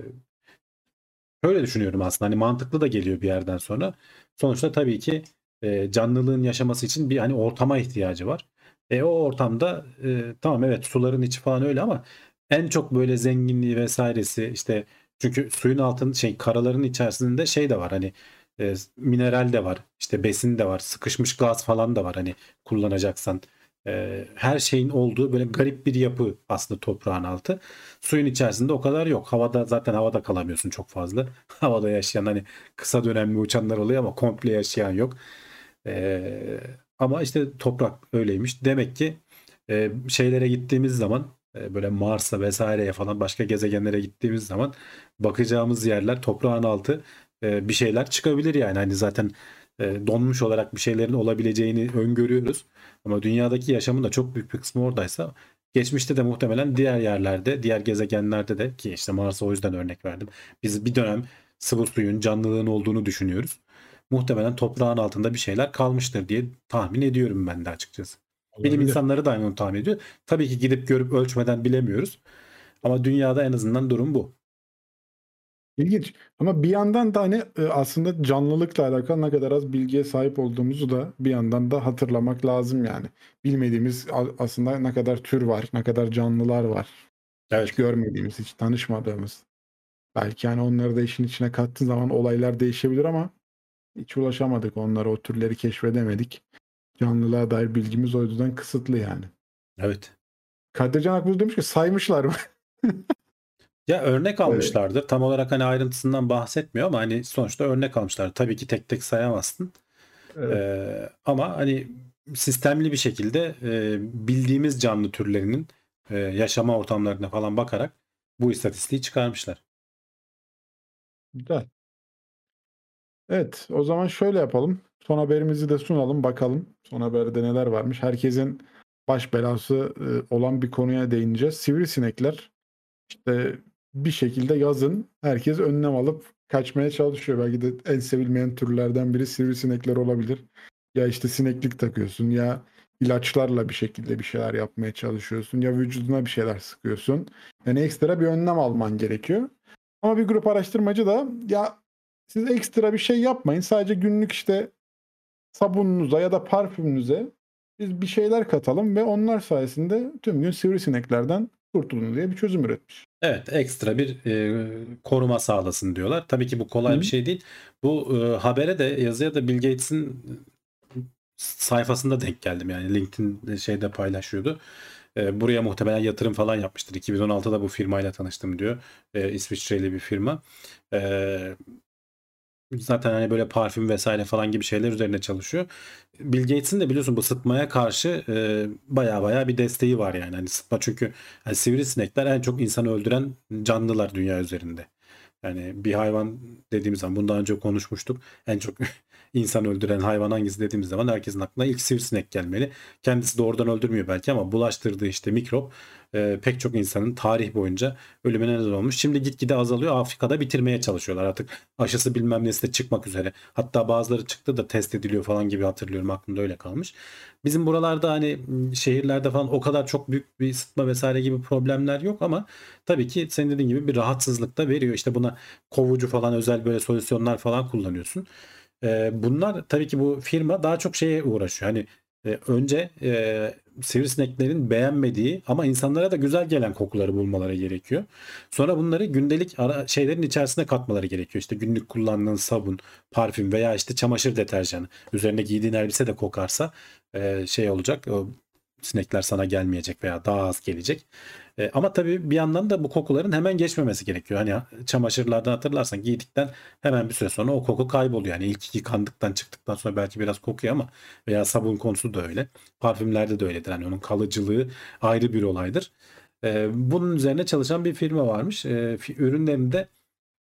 şöyle düşünüyorum aslında hani mantıklı da geliyor bir yerden sonra. Sonuçta tabii ki canlılığın yaşaması için bir hani ortama ihtiyacı var. O ortamda tamam evet suların içi falan öyle ama en çok böyle zenginliği vesairesi işte çünkü suyun altın şey karaların içerisinde şey de var hani mineral de var işte besin de var sıkışmış gaz falan da var hani kullanacaksan. Her şeyin olduğu böyle garip bir yapı aslında toprağın altı. Suyun içerisinde o kadar yok. Havada zaten havada kalamıyorsun çok fazla. Havada yaşayan hani kısa dönemli uçanlar oluyor ama komple yaşayan yok. Ee, ama işte toprak öyleymiş. Demek ki şeylere gittiğimiz zaman böyle Mars'a vesaireye falan başka gezegenlere gittiğimiz zaman bakacağımız yerler toprağın altı bir şeyler çıkabilir yani. Hani zaten donmuş olarak bir şeylerin olabileceğini öngörüyoruz. Ama dünyadaki yaşamın da çok büyük bir kısmı oradaysa geçmişte de muhtemelen diğer yerlerde, diğer gezegenlerde de ki işte Mars'a o yüzden örnek verdim. Biz bir dönem sıvı suyun, canlılığın olduğunu düşünüyoruz. Muhtemelen toprağın altında bir şeyler kalmıştır diye tahmin ediyorum ben de açıkçası. Bilim Olabilir. insanları da aynı onu tahmin ediyor. Tabii ki gidip görüp ölçmeden bilemiyoruz. Ama dünyada en azından durum bu. İlginç. Ama bir yandan da hani aslında canlılıkla alakalı ne kadar az bilgiye sahip olduğumuzu da bir yandan da hatırlamak lazım yani. Bilmediğimiz aslında ne kadar tür var, ne kadar canlılar var. Hiç Evet. görmediğimiz, hiç tanışmadığımız. Belki hani onları da işin içine kattığın zaman olaylar değişebilir ama hiç ulaşamadık onlara, o türleri keşfedemedik. Canlılığa dair bilgimiz o yüzden kısıtlı yani. Evet. Kadircan Akbulut demiş ki saymışlar mı? Ya örnek Evet. almışlardır. Tam olarak hani ayrıntısından bahsetmiyor ama hani sonuçta örnek almışlar. Tabii ki tek tek sayamazsın. Evet. Ama hani sistemli bir şekilde bildiğimiz canlı türlerinin yaşama ortamlarına falan bakarak bu istatistiği çıkarmışlar. Güzel. Evet, o zaman şöyle yapalım. Son haberimizi de sunalım bakalım. Son haberde neler varmış. Herkesin baş belası olan bir konuya değineceğiz. Sivrisinekler işte bir şekilde yazın herkes önlem alıp kaçmaya çalışıyor. Belki de en sevilmeyen türlerden biri sivrisinekler olabilir. Ya işte sineklik takıyorsun ya ilaçlarla bir şekilde bir şeyler yapmaya çalışıyorsun ya vücuduna bir şeyler sıkıyorsun. Yani ekstra bir önlem alman gerekiyor. Ama bir grup araştırmacı da ya siz ekstra bir şey yapmayın. Sadece günlük işte sabununuza ya da parfümünüze biz bir şeyler katalım ve onlar sayesinde tüm gün sivrisineklerden kurtulun diye bir çözüm üretmiş. Evet, ekstra bir koruma sağlasın diyorlar. Tabii ki bu kolay bir Hı. şey değil. Bu habere de yazıya da Bill Gates'in sayfasında denk geldim. Yani LinkedIn şeyde paylaşıyordu. Buraya muhtemelen yatırım falan yapmıştır. 2016'da bu firmayla tanıştım diyor. İsviçreli bir firma. E, Zaten hani böyle parfüm vesaire falan gibi şeyler üzerine çalışıyor. Bill Gates'in de biliyorsun bu sıtmaya karşı baya baya bir desteği var yani. Hani sıtma çünkü hani sivrisinekler en çok insanı öldüren canlılar dünya üzerinde. Yani bir hayvan dediğimiz zaman bundan önce konuşmuştuk. En çok insan öldüren hayvan hangisi dediğimiz zaman herkesin aklına ilk sivrisinek gelmeli. Kendisi doğrudan öldürmüyor belki ama bulaştırdığı işte mikrop pek çok insanın tarih boyunca ölümüne neden olmuş. Şimdi gitgide azalıyor. Afrika'da bitirmeye çalışıyorlar artık. Aşısı bilmem nesi de çıkmak üzere. Hatta bazıları çıktı da test ediliyor falan gibi hatırlıyorum. Aklımda öyle kalmış. Bizim buralarda hani şehirlerde falan o kadar çok büyük bir ısıtma vesaire gibi problemler yok ama tabii ki senin dediğin gibi bir rahatsızlık da veriyor. İşte buna kovucu falan özel böyle solüsyonlar falan kullanıyorsun. Bunlar tabii ki bu firma daha çok şeye uğraşıyor. Hani önce sivrisineklerin beğenmediği ama insanlara da güzel gelen kokuları bulmaları gerekiyor. Sonra bunları gündelik şeylerin içerisine katmaları gerekiyor. İşte günlük kullandığın sabun, parfüm veya işte çamaşır deterjanı. Üzerine giydiğin elbise de kokarsa şey olacak. O sinekler sana gelmeyecek veya daha az gelecek. Ama tabii bir yandan da bu kokuların hemen geçmemesi gerekiyor. Hani çamaşırlardan hatırlarsan giydikten hemen bir süre sonra o koku kayboluyor. Yani ilk yıkandıktan çıktıktan sonra belki biraz kokuyor ama veya sabun konusu da öyle. Parfümlerde de öyledir. Hani onun kalıcılığı ayrı bir olaydır. Bunun üzerine çalışan bir firma varmış. Ürünlerinde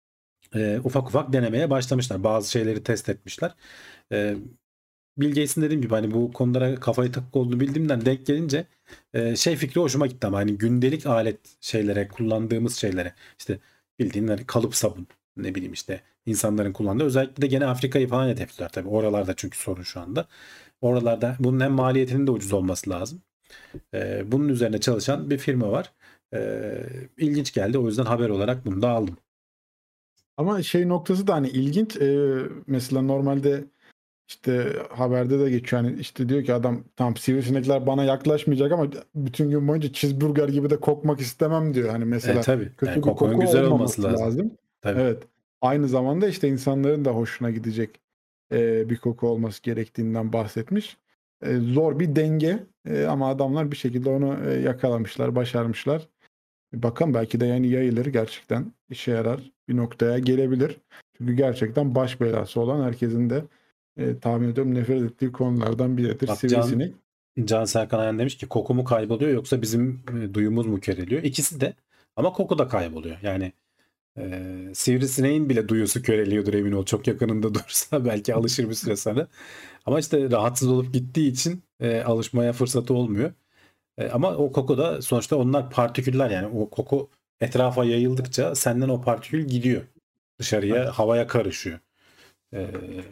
ufak ufak denemeye başlamışlar. Bazı şeyleri test etmişler. Bill Gates'in dediğim gibi hani bu konulara kafayı takık olduğunu bildiğimden denk gelince şey fikri hoşuma gitti ama hani gündelik alet şeylere, kullandığımız şeylere, işte bildiğin hani kalıp sabun, ne bileyim işte insanların kullandığı, özellikle de gene Afrika'yı falan hedefliyorlar tabii. Oralarda çünkü sorun şu anda. Oralarda bunun hem maliyetinin de ucuz olması lazım. Bunun üzerine çalışan bir firma var. İlginç geldi. O yüzden haber olarak bunu da aldım. Ama şey noktası da hani ilginç. Mesela normalde işte haberde de geçiyor. Hani işte diyor ki adam, tamam sivrisinekler bana yaklaşmayacak ama bütün gün boyunca cheeseburger gibi de kokmak istemem diyor. Hani mesela Tabii. Yani kötü bir kokunun koku güzel olması olmaması lazım. lazım. Tabii. Evet. Aynı zamanda işte insanların da hoşuna gidecek bir koku olması gerektiğinden bahsetmiş. Zor bir denge ama adamlar bir şekilde onu yakalamışlar, başarmışlar. Bakalım, belki de yani yayılır, gerçekten işe yarar, bir noktaya gelebilir. Çünkü gerçekten baş belası olan, herkesin de tahmin ediyorum nefret ettiği konulardan biridir Bak sivrisinek. Can Serkan Ayan demiş ki koku mu kayboluyor yoksa bizim duyumuz mu köreliyor? İkisi de, ama koku da kayboluyor. Yani sivrisineğin bile duyusu köreliyordur, emin ol. Çok yakınında dursa belki alışır bir süre sonra. Ama işte rahatsız olup gittiği için alışmaya fırsatı olmuyor. Ama o koku da sonuçta, onlar partiküller, yani o koku etrafa yayıldıkça senden o partikül gidiyor. Dışarıya, Evet. havaya karışıyor. E,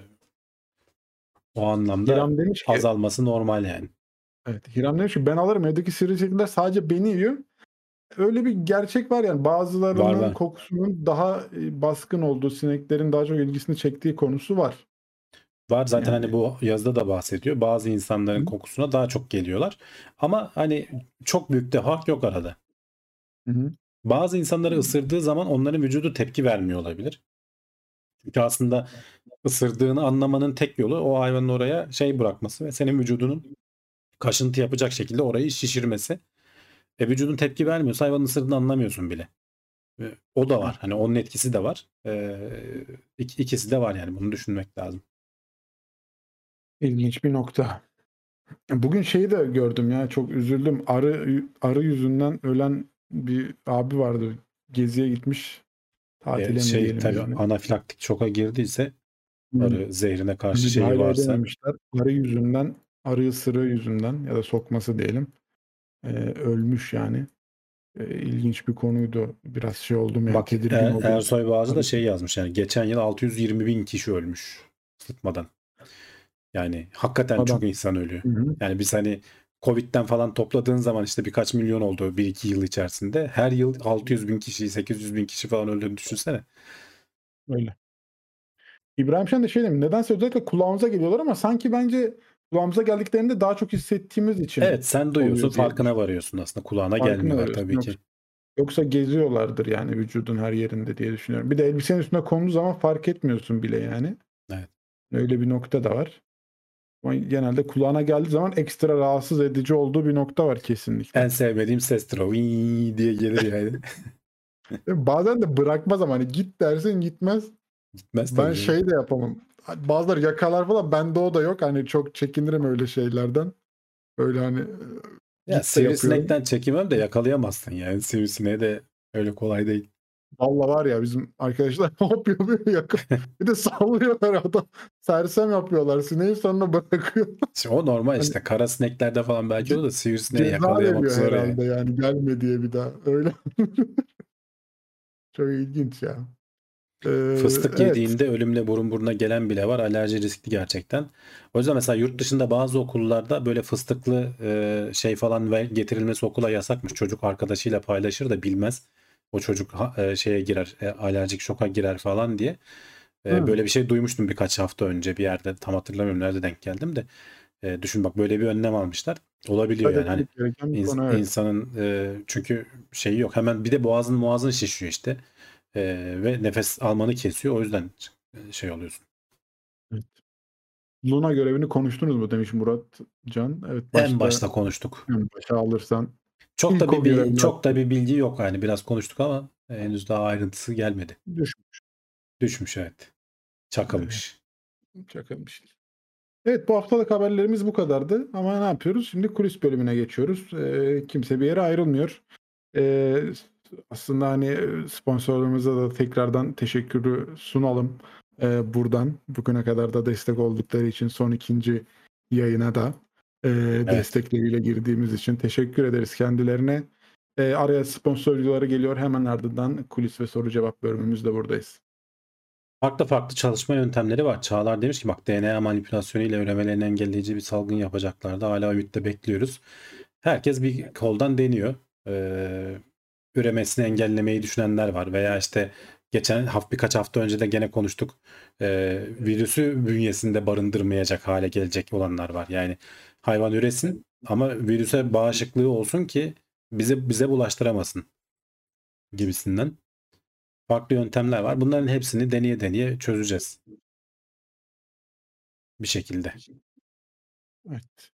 O anlamda Hiram demiş ki azalması normal yani. evet, Hiram demiş ki ben alırım, evdeki sivrisinekler sadece beni yiyor. Öyle bir gerçek var yani, Var bazılarının var. kokusunun daha baskın olduğu, sineklerin daha çok ilgisini çektiği konusu var. Var zaten, hani Yani bu yazıda da bahsediyor. Bazı insanların hı kokusuna daha çok geliyorlar. Ama hani çok büyük de fark yok arada. hı. Bazı insanları ısırdığı zaman onların vücudu tepki vermiyor olabilir. Çünkü aslında ısırdığını anlamanın tek yolu o hayvanın oraya şey bırakması ve senin vücudunun kaşıntı yapacak şekilde orayı şişirmesi. Vücudun tepki vermiyorsa hayvanın ısırdığını anlamıyorsun bile. O da var. Evet, Hani onun etkisi de var. İkisi de var yani. Bunu düşünmek lazım. ilginç bir nokta. Bugün şeyi de gördüm ya, çok üzüldüm. Arı yüzünden ölen bir abi vardı. Geziye gitmiş. Tatile mi Şey diyelim tabii, yani. anafilaktik şoka girdiyse, Hmm. arı zehrine karşı şeyi Müdahale varsa, edememişler. Arı yüzünden, arı ısırığı yüzünden ya da sokması diyelim. Ölmüş yani. İlginç bir konuydu. Biraz şey oldum yani, bak tedirgin oldum. Ersoy Bağcı da Arı. şey yazmış, yani geçen yıl 620 bin kişi ölmüş sıtmadan. Yani hakikaten çok Adam. insan ölüyor. Hı hı. Yani biz hani Covid'den falan topladığın zaman işte birkaç milyon oldu bir iki yıl içerisinde. Her yıl 600 bin kişi, 800 bin kişi falan öldüğünü düşünsene. Öyle. İbrahim Şen de şey demiş. Nedense özellikle kulağımıza geliyorlar ama sanki bence kulağımıza geldiklerinde daha çok hissettiğimiz için Evet, sen duyuyorsun, oluyor diye farkına düşünüyorum. varıyorsun, aslında kulağına Farkına gelmiyorlar varıyorsun. tabii ki. Yoksa geziyorlardır yani vücudun her yerinde diye düşünüyorum. Bir de elbisenin üstüne konduğu zaman fark etmiyorsun bile yani. Evet. Öyle bir nokta da var. Ama genelde kulağına geldiği zaman ekstra rahatsız edici olduğu bir nokta var kesinlikle. En sevmediğim sestir o. Vii diye gelir yani. Bazen de bırakmaz ama hani git dersin gitmez. Gitmez Ben tabii canım. şey de yapamam. Bazıları yakalar falan, bende o da yok. Hani çok çekinirim öyle şeylerden. Öyle hani Ya git de yapıyorum. sivrisinekten çekimem de yakalayamazsın yani. Sivrisineğe de öyle kolay değil. Valla var ya, bizim arkadaşlar ne yapıyor böyle yakın. Bir de sallıyorlar adam. Sersem yapıyorlar. Sineğin sonuna bırakıyor. Şimdi o normal Hani işte. Kara sineklerde falan belki ce- olur da sivrisineği ceza yakalayamak veriyor zor yani. herhalde yani, gelme diye bir daha. Öyle. Çok ilginç ya. Ee, Fıstık evet. yediğinde ölümle burun buruna gelen bile var. Alerji riskli gerçekten. O yüzden mesela yurt dışında bazı okullarda böyle fıstıklı şey falan getirilmesi okula yasakmış. Çocuk arkadaşıyla paylaşır da bilmez. O çocuk şeye girer, alerjik şoka girer falan diye. Hı. Böyle bir şey duymuştum birkaç hafta önce bir yerde. Tam hatırlamıyorum nerede denk geldim de. Düşün bak, böyle bir önlem almışlar. Olabiliyor Dikkat yani, hani etmek gereken bir konu, evet. insanın çünkü şeyi yok. Hemen bir de boğazın şişiyor işte. Ve nefes almanı kesiyor. O yüzden şey oluyorsun. Evet. Luna görevini konuştunuz mu demiş Murat Can. Evet, En başta başta konuştuk. en başa alırsan Çok da ilk o görevler çok da bir bilgi yok yani, biraz konuştuk ama henüz daha ayrıntısı gelmedi. düşmüş. Düşmüş, evet. Evet, Çakılmış. çakılmış. Evet, bu haftalık haberlerimiz bu kadardı. Ama ne yapıyoruz? Şimdi kulis bölümüne geçiyoruz. Kimse bir yere ayrılmıyor. Ee, Aslında hani sponsorlarımıza da tekrardan teşekkürü sunalım. Buradan bugüne kadar da destek oldukları için son ikinci yayına da Evet. destekleriyle girdiğimiz için teşekkür ederiz kendilerine. Araya sponsor videoları geliyor. Hemen ardından kulis ve soru cevap bölümümüzde buradayız. Farklı farklı çalışma yöntemleri var. Çağlar demiş ki bak DNA manipülasyonu ile üremelerini engelleyici bir salgın yapacaklardı. Hala ümitle bekliyoruz. Herkes bir koldan deniyor. Üremesini engellemeyi düşünenler var. Veya işte birkaç hafta önce de gene konuştuk. Virüsü bünyesinde barındırmayacak hale gelecek olanlar var. Yani hayvan üresin ama virüse bağışıklığı olsun ki bize bulaştıramasın gibisinden. Farklı yöntemler var. Bunların hepsini deneye deneye çözeceğiz bir şekilde. Evet.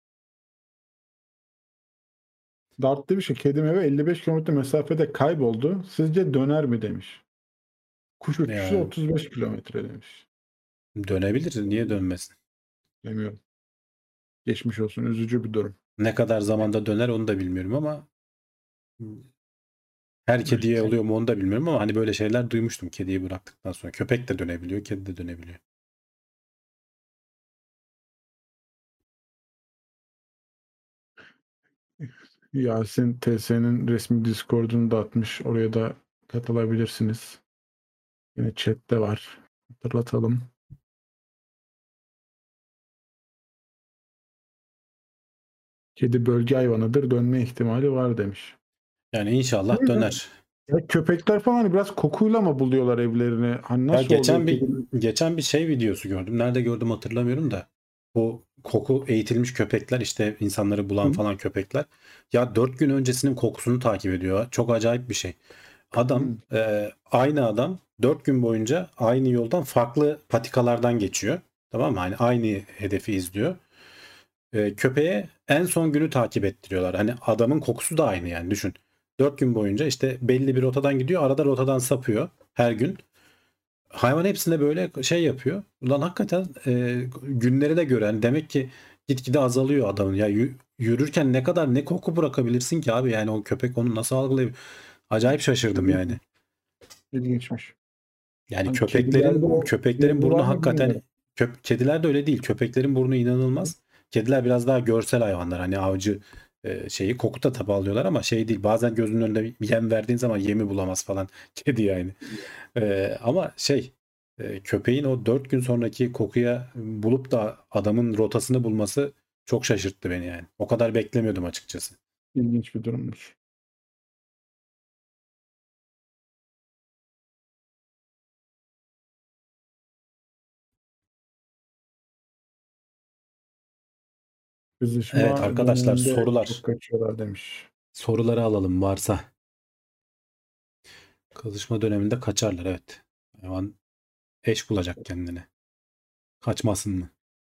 Dart demiş ki kedim eve 55 kilometre mesafede kayboldu. Sizce döner mi demiş. Kuş uçuşu Ya 35 kilometre demiş. dönebilir. Niye dönmesin? Bilmiyorum. Geçmiş olsun. Üzücü bir durum. Ne kadar zamanda döner onu da bilmiyorum ama her kediye Evet. oluyor mu onu da bilmiyorum ama hani böyle şeyler duymuştum kediyi bıraktıktan sonra. Köpek de dönebiliyor, kedi de dönebiliyor. Yasin TS'nin resmi Discord'unu da atmış. Oraya da katılabilirsiniz. Yine chat'te var. Hatırlatalım. Kedi bölge hayvanıdır. Dönme ihtimali var demiş. Yani inşallah döner. Ya köpekler falan hani biraz kokuyla mı buluyorlar evlerini? Hani Ya nasıl oluyor kedi? geçen bir şey videosu gördüm. Nerede gördüm hatırlamıyorum da. Bu koku eğitilmiş köpekler işte insanları bulan Hı. falan köpekler. Ya 4 gün öncesinin kokusunu takip ediyor. Çok acayip bir şey. Hı. Aynı adam 4 gün boyunca aynı yoldan farklı patikalardan geçiyor. Tamam mı? Hani aynı hedefi izliyor. Köpeğe en son günü takip ettiriyorlar. Hani adamın kokusu da aynı yani düşün. 4 gün boyunca işte belli bir rotadan gidiyor. Arada rotadan sapıyor her gün. Hayvan hepsinde böyle şey yapıyor. Ulan hakikaten günleri de gören demek ki gitgide azalıyor adamın. Ya yürürken ne koku bırakabilirsin ki abi yani o köpek onu nasıl algılayabilir? Acayip şaşırdım yani. İlginçmiş. Yani Hani kedilerde o köpeklerin yazı var burnu mı hakikaten bilmiyorum. kediler de öyle değil. Köpeklerin burnu inanılmaz. Kediler biraz daha görsel hayvanlar. Hani avcı şeyi koku da tabi alıyorlar ama şey değil. Bazen gözünün önünde yem verdiğin zaman yemi bulamaz falan. Kedi yani. Ama köpeğin o 4 gün sonraki kokuya bulup da adamın rotasını bulması çok şaşırttı beni yani. O kadar beklemiyordum açıkçası. İlginç bir durummuş. Evet Kızışma arkadaşlar döneminde çok sorular. kaçıyorlar demiş. Soruları alalım varsa. Kızışma döneminde kaçarlar evet. Hayvan eş bulacak kendine. Kaçmasın mı?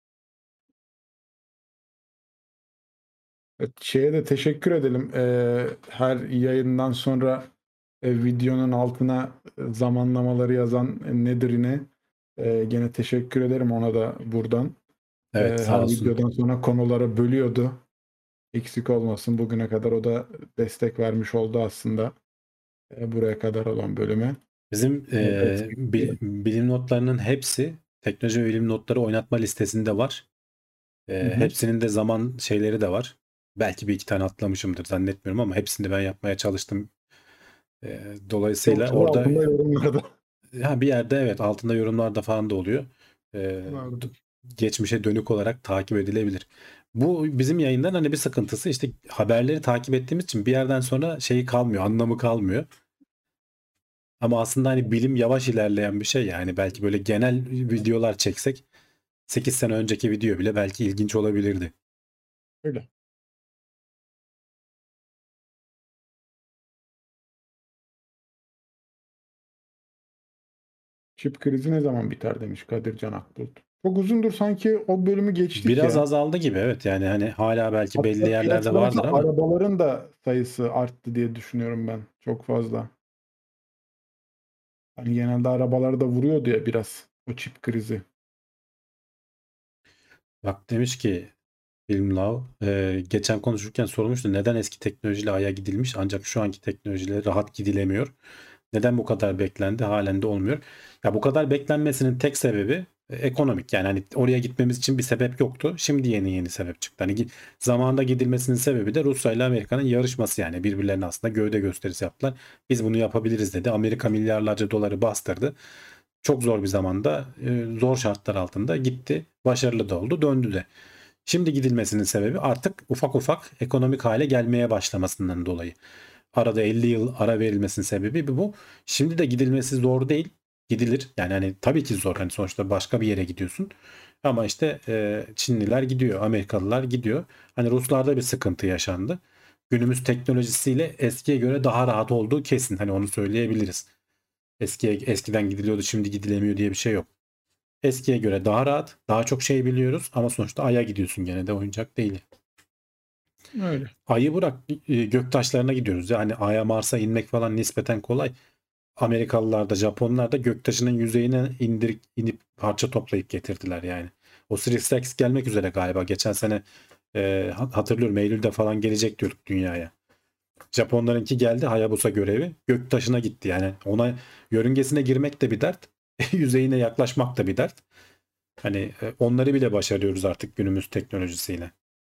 Evet, şeye de teşekkür edelim. Her yayından sonra videonun altına zamanlamaları yazan Nedir'ine gene teşekkür ederim ona da buradan. Evet sağ Her olsun. videodan sonra konulara bölüyordu. Eksik olmasın bugüne kadar o da destek vermiş oldu aslında buraya kadar olan bölüme. Bizim Teşekkür ederim. bilim notlarının hepsi teknoloji ve bilim notları oynatma listesinde var. Hı hı. Hepsinin de zaman şeyleri de var. Belki bir iki tane atlamışımdır zannetmiyorum ama hepsini ben yapmaya çalıştım. Dolayısıyla Yoksa da orada altında yorumlarda bir yerde evet altında yorumlarda falan da oluyor. Ee, d- vardır. Geçmişe dönük olarak takip edilebilir. Bu bizim yayından hani bir sıkıntısı işte haberleri takip ettiğimiz için bir yerden sonra şeyi kalmıyor, anlamı kalmıyor. Ama aslında hani bilim yavaş ilerleyen bir şey yani belki böyle genel videolar çeksek 8 sene önceki video bile belki ilginç olabilirdi. Öyle. Çip krizi ne zaman biter demiş Kadir Can Akbulut. Çok uzundur sanki o bölümü geçtik Biraz ya. azaldı gibi evet yani hani hala belki belli Hatta yerlerde piyasadaki vardır ama arabaların da sayısı arttı diye düşünüyorum ben. Çok fazla. Hani genelde arabaları da vuruyordu ya biraz o çip krizi. bak demiş ki Bilim Law. Geçen konuşurken sormuştu neden eski teknolojiyle Ay'a gidilmiş ancak şu anki teknolojiyle rahat gidilemiyor. Neden bu kadar beklendi? Halen de olmuyor. Ya bu kadar beklenmesinin tek sebebi ekonomik. Yani hani oraya gitmemiz için bir sebep yoktu. Şimdi yeni sebep çıktı. Hani zamanında gidilmesinin sebebi de Rusya ile Amerika'nın yarışması yani birbirlerine aslında gövde gösterisi yaptılar. Biz bunu yapabiliriz dedi. Amerika milyarlarca doları bastırdı. Çok zor bir zamanda, zor şartlar altında gitti. Başarılı da oldu, döndü de. Şimdi gidilmesinin sebebi artık ufak ufak ekonomik hale gelmeye başlamasından dolayı. Arada 50 yıl ara verilmesinin sebebi bu. Şimdi de gidilmesi zor değil. Gidilir. Yani hani tabii ki zor. Hani sonuçta başka bir yere gidiyorsun. Ama işte Çinliler gidiyor, Amerikalılar gidiyor. Hani Ruslarda bir sıkıntı yaşandı. Günümüz teknolojisiyle eskiye göre daha rahat olduğu kesin. Hani onu söyleyebiliriz. Eskiden gidiliyordu, şimdi gidilemiyor diye bir şey yok. Eskiye göre daha rahat, daha çok şey biliyoruz ama sonuçta Ay'a gidiyorsun gene de oyuncak değil. Öyle. Ay'ı bırak göktaşlarına gidiyoruz. Yani Ay'a Mars'a inmek falan nispeten kolay. Amerikalılar da Japonlar da göktaşının yüzeyine inip parça toplayıp getirdiler yani. O SpaceX gelmek üzere galiba. Geçen sene hatırlıyorum Eylül'de falan gelecek diyorduk dünyaya. Japonlarınki geldi Hayabusa görevi. Göktaşına gitti yani. Ona yörüngesine girmek de bir dert. Yüzeyine yaklaşmak da bir dert. Hani onları bile başarıyoruz artık günümüz teknolojisiyle.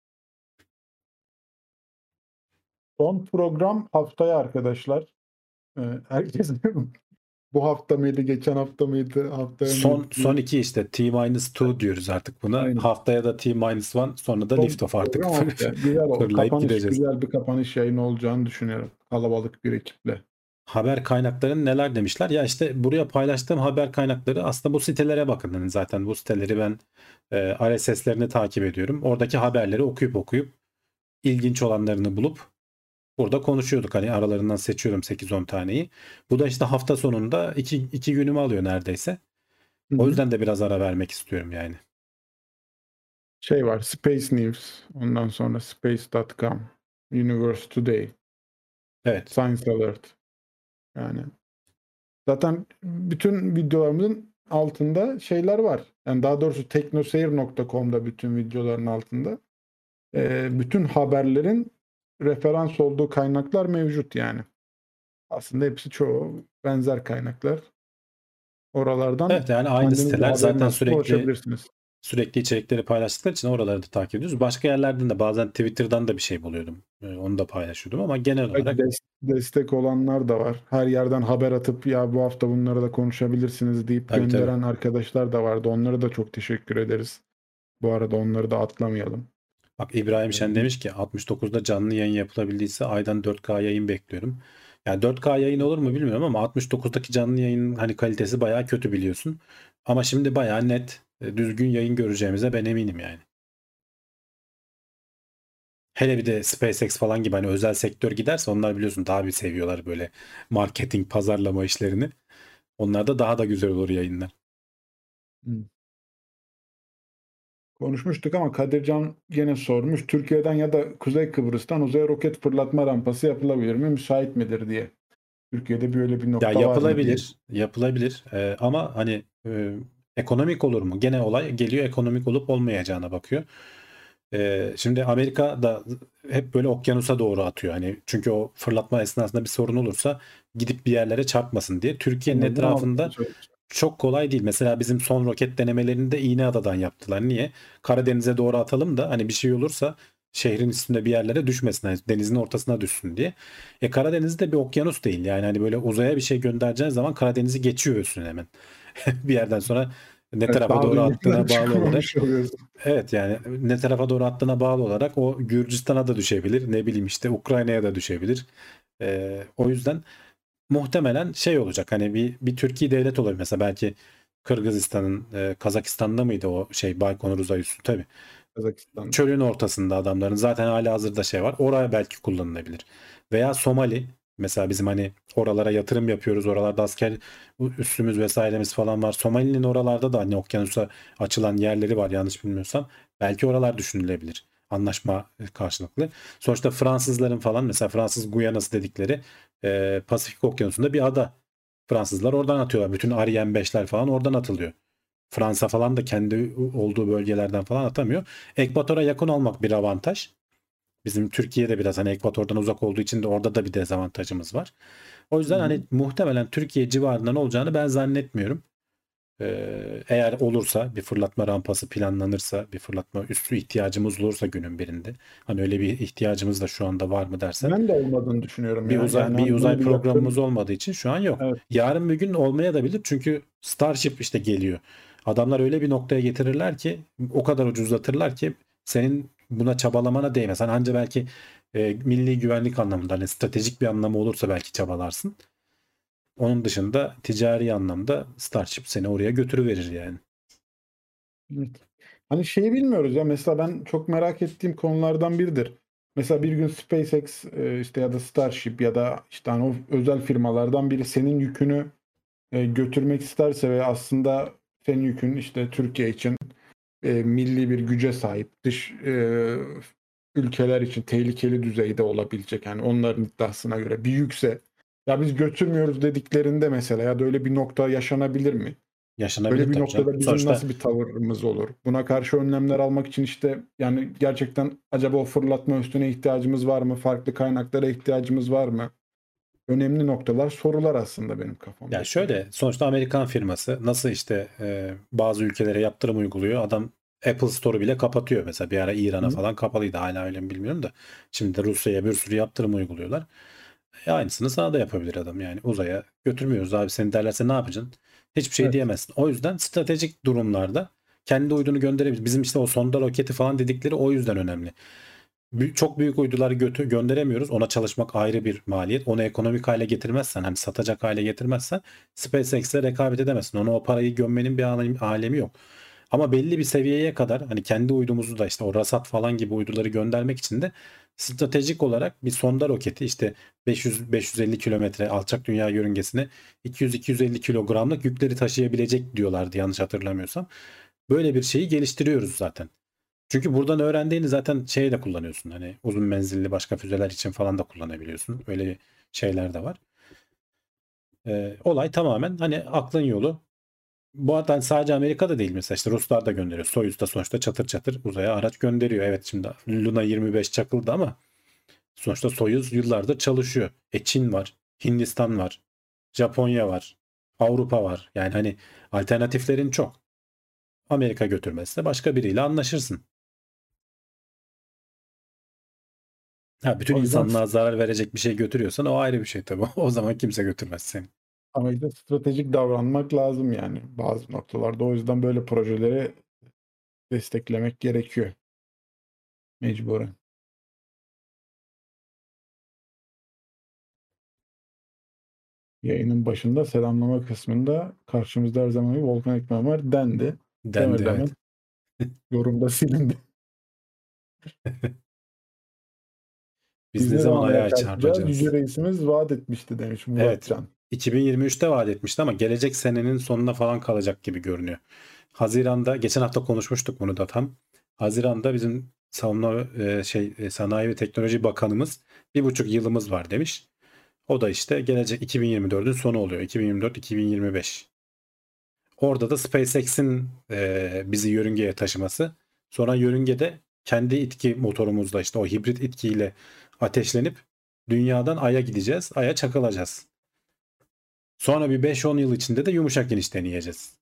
Son program haftaya arkadaşlar. Herkes bu hafta mıydı, geçen hafta mıydı, haftaya mıydı? Son iki işte T-2 diyoruz artık buna. Aynen. Haftaya da T-1 sonra da Son liftoff artık program haftaya. Güzel oldu. fırlayıp gideceğiz. Güzel bir kapanış yayını olacağını düşünüyorum. Kalabalık bir ekiple. Haber kaynakların neler demişler? Ya işte buraya paylaştığım haber kaynakları aslında bu sitelere bakın. Yani zaten bu siteleri ben RSS'lerini takip ediyorum. Oradaki haberleri okuyup ilginç olanlarını bulup burada konuşuyorduk. Hani aralarından seçiyorum 8-10 taneyi. Bu da işte hafta sonunda iki günümü alıyor neredeyse. Hı O hı. yüzden de biraz ara vermek istiyorum yani. Şey var, Space News, ondan sonra Space.com, Universe Today, Evet. Science Alert. Yani zaten bütün videolarımızın altında şeyler var. Yani daha doğrusu teknoseyir.com'da bütün videoların altında bütün haberlerin referans olduğu kaynaklar mevcut yani. Aslında hepsi çoğu benzer kaynaklar. Oralardan Evet yani aynı kendiniz de siteler haberin zaten olsun ulaşabilirsiniz. sürekli içerikleri paylaştıkları için oraları da takip ediyoruz. Başka yerlerden de bazen Twitter'dan da bir şey buluyordum. Onu da paylaşıyordum ama genel Belki olarak destek olanlar da var. Her yerden haber atıp ya bu hafta bunları da konuşabilirsiniz deyip tabii. gönderen arkadaşlar da vardı. Onlara da çok teşekkür ederiz. Bu arada onları da atlamayalım. Bak İbrahim Şen Yani demiş ki 69'da canlı yayın yapılabildiyse aydan 4K yayın bekliyorum. Yani 4K yayın olur mu bilmiyorum ama 69'daki canlı yayının hani kalitesi bayağı kötü biliyorsun. Ama şimdi bayağı net, düzgün yayın göreceğimize ben eminim yani. Hele bir de SpaceX falan gibi hani özel sektör giderse onlar biliyorsun daha bir seviyorlar böyle marketing, pazarlama işlerini. Onlar da daha da güzel olur yayınlar. konuşmuştuk ama Kadircan gene sormuş. Türkiye'den ya da Kuzey Kıbrıs'tan uzaya roket fırlatma rampası yapılabilir mi? Müsait midir diye. Türkiye'de böyle bir Ya nokta var mı diye. yapılabilir. Ama hani ekonomik olur mu? Gene olay geliyor ekonomik olup olmayacağına bakıyor. Şimdi Amerika da hep böyle okyanusa doğru atıyor. Hani çünkü o fırlatma esnasında bir sorun olursa gidip bir yerlere çarpmasın diye. Türkiye'nin En azından etrafında Avrupa'da çok kolay değil. Mesela bizim son roket denemelerini de İğneada'dan yaptılar. Niye? Karadeniz'e doğru atalım da hani bir şey olursa şehrin üstünde bir yerlere düşmesin. Yani denizin ortasına düşsün diye. Karadeniz de bir okyanus değil. Yani hani böyle uzaya bir şey göndereceğin zaman Karadeniz'i geçiyor üstüne hemen. Bir yerden sonra ne Evet, tarafa daha doğru dünyadan attığına bağlı olarak çıkmamış oluyorsun. evet yani ne tarafa doğru attığına bağlı olarak o Gürcistan'a da düşebilir. Ne bileyim işte Ukrayna'ya da düşebilir. O yüzden muhtemelen şey olacak hani bir Türkiye devlet olabilir mesela belki Kırgızistan'ın Kazakistan'da mıydı o şey Baykonur uzay üssü tabii. Kazakistan'da. Çölün ortasında adamların zaten hala hazırda şey var. Oraya belki kullanılabilir. Veya Somali mesela bizim hani oralara yatırım yapıyoruz. Oralarda asker üssümüz vesairemiz falan var. Somali'nin oralarda da hani okyanusa açılan yerleri var yanlış bilmiyorsam. Belki oralar düşünülebilir. Anlaşma karşılıklı. Sonuçta Fransızların falan mesela Fransız Guyanası dedikleri Pasifik Okyanusu'nda bir ada. Fransızlar oradan atıyorlar. Bütün Ariane 5'ler falan oradan atılıyor. Fransa falan da kendi olduğu bölgelerden falan atamıyor. Ekvatora yakın olmak bir avantaj. Bizim Türkiye'de biraz hani ekvatordan uzak olduğu için de orada da bir dezavantajımız var. O yüzden hani muhtemelen Türkiye civarından olacağını ben zannetmiyorum. Eğer olursa bir fırlatma rampası planlanırsa bir fırlatma üssü ihtiyacımız olursa günün birinde hani öyle bir ihtiyacımız da şu anda var mı dersen Ben de olmadığını düşünüyorum bir ya. uzay Yani bir hani uzay bunu bir programımız yatırım. olmadığı için şu an yok. Evet. Yarın bir gün olmaya da bilir çünkü Starship işte geliyor. Adamlar öyle bir noktaya getirirler ki o kadar ucuzlatırlar ki senin buna çabalamana değmez. Hani anca belki milli güvenlik anlamında hani stratejik bir anlamı olursa belki çabalarsın. Onun dışında ticari anlamda Starship seni oraya götürüverir yani. Evet. Hani şeyi bilmiyoruz ya, mesela ben çok merak ettiğim konulardan biridir. Mesela bir gün SpaceX işte ya da Starship ya da işte hani o özel firmalardan biri senin yükünü götürmek isterse ve aslında senin yükün işte Türkiye için milli bir güce sahip, dış ülkeler için tehlikeli düzeyde olabilecek, yani onların iddiasına göre bir yükse, ya biz götürmüyoruz dediklerinde mesela, ya da öyle bir nokta yaşanabilir mi? Yaşanabilir Böyle bir tabii canım. noktada bizim Sonuçta nasıl bir tavırımız olur? Buna karşı önlemler almak için işte yani gerçekten acaba o fırlatma üstüne ihtiyacımız var mı? Farklı kaynaklara ihtiyacımız var mı? Önemli noktalar, sorular aslında benim ya kafamdaki. şöyle sonuçta Amerikan firması nasıl işte bazı ülkelere yaptırım uyguluyor. Adam Apple Store'u bile kapatıyor. Mesela bir ara İran'a Hı. falan kapalıydı. Hala öyle mi bilmiyorum da. Şimdi de Rusya'ya bir sürü yaptırım uyguluyorlar. Aynısını sana da yapabilir adam. Yani uzaya götürmüyoruz abi seni derlerse ne yapacaksın? Hiçbir şey Evet. diyemezsin. O yüzden stratejik durumlarda kendi uydunu gönderebilir. Bizim işte o sonda roketi falan dedikleri o yüzden önemli. Çok büyük uyduları gönderemiyoruz. Ona çalışmak ayrı bir maliyet. Onu ekonomik hale getirmezsen, hani satacak hale getirmezsen SpaceX'le rekabet edemezsin. Ona o parayı gömmenin bir alemi yok. Ama belli bir seviyeye kadar hani kendi uydumuzu da işte o Rasat falan gibi uyduları göndermek için de stratejik olarak bir sonda roketi işte 500-550 kilometre alçak dünya yörüngesine 200-250 kilogramlık yükleri taşıyabilecek diyorlardı yanlış hatırlamıyorsam. Böyle bir şeyi geliştiriyoruz zaten. Çünkü buradan öğrendiğini zaten şey de kullanıyorsun. Hani uzun menzilli başka füzeler için falan da kullanabiliyorsun. Öyle şeyler de var. Olay tamamen hani aklın yolu. Bu arada hani sadece Amerika'da değil mesela işte Ruslar da gönderiyor. Soyuz da sonuçta çatır çatır uzaya araç gönderiyor. Evet şimdi Luna 25 çakıldı ama sonuçta Soyuz yıllardır çalışıyor. Çin var, Hindistan var, Japonya var, Avrupa var. Yani hani alternatiflerin çok. Amerika götürmezse başka biriyle anlaşırsın. Ha, bütün O yüzden insanlığa zarar verecek bir şey götürüyorsan o ayrı bir şey tabii. O zaman kimse götürmez seni. ama işte stratejik davranmak lazım yani bazı noktalarda. O yüzden böyle projeleri desteklemek gerekiyor mecburen. Yayının başında selamlama kısmında karşımızda her zaman bir Volkan Ekmen var dendi. Dendi Demedi evet. hemen. Yorumda silindi. Biz Biz ne ne zaman zaman ayağa ayağa kalkacağız? Yüce çarpacağız? Reisimiz vaat etmişti demiş Evet. Muratcan. 2023'te vaat etmişti ama gelecek senenin sonuna falan kalacak gibi görünüyor. Haziran'da geçen hafta konuşmuştuk bunu da tam. Haziran'da bizim savunma Sanayi ve Teknoloji Bakanımız 1,5 yılımız var demiş. O da işte gelecek 2024'ün sonu oluyor. 2024-2025. Orada da SpaceX'in bizi yörüngeye taşıması. Sonra yörüngede kendi itki motorumuzla işte o hibrit itkiyle ateşlenip dünyadan Ay'a gideceğiz. Ay'a çakılacağız. Sonra bir 5-10 yıl içinde de yumuşak iniş deneyeceğiz.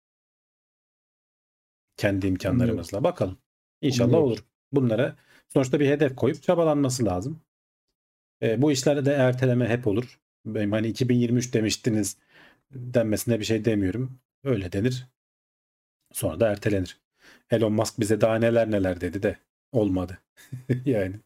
Kendi Umuyoruz. imkanlarımızla. Bakalım. İnşallah Umuyoruz. olur. Bunlara sonuçta bir hedef koyup çabalanması lazım. Bu işlerde de erteleme hep olur. Benim hani 2023 demiştiniz denmesine bir şey demiyorum. Öyle denir. Sonra da ertelenir. Elon Musk bize daha neler neler dedi de olmadı. Yani.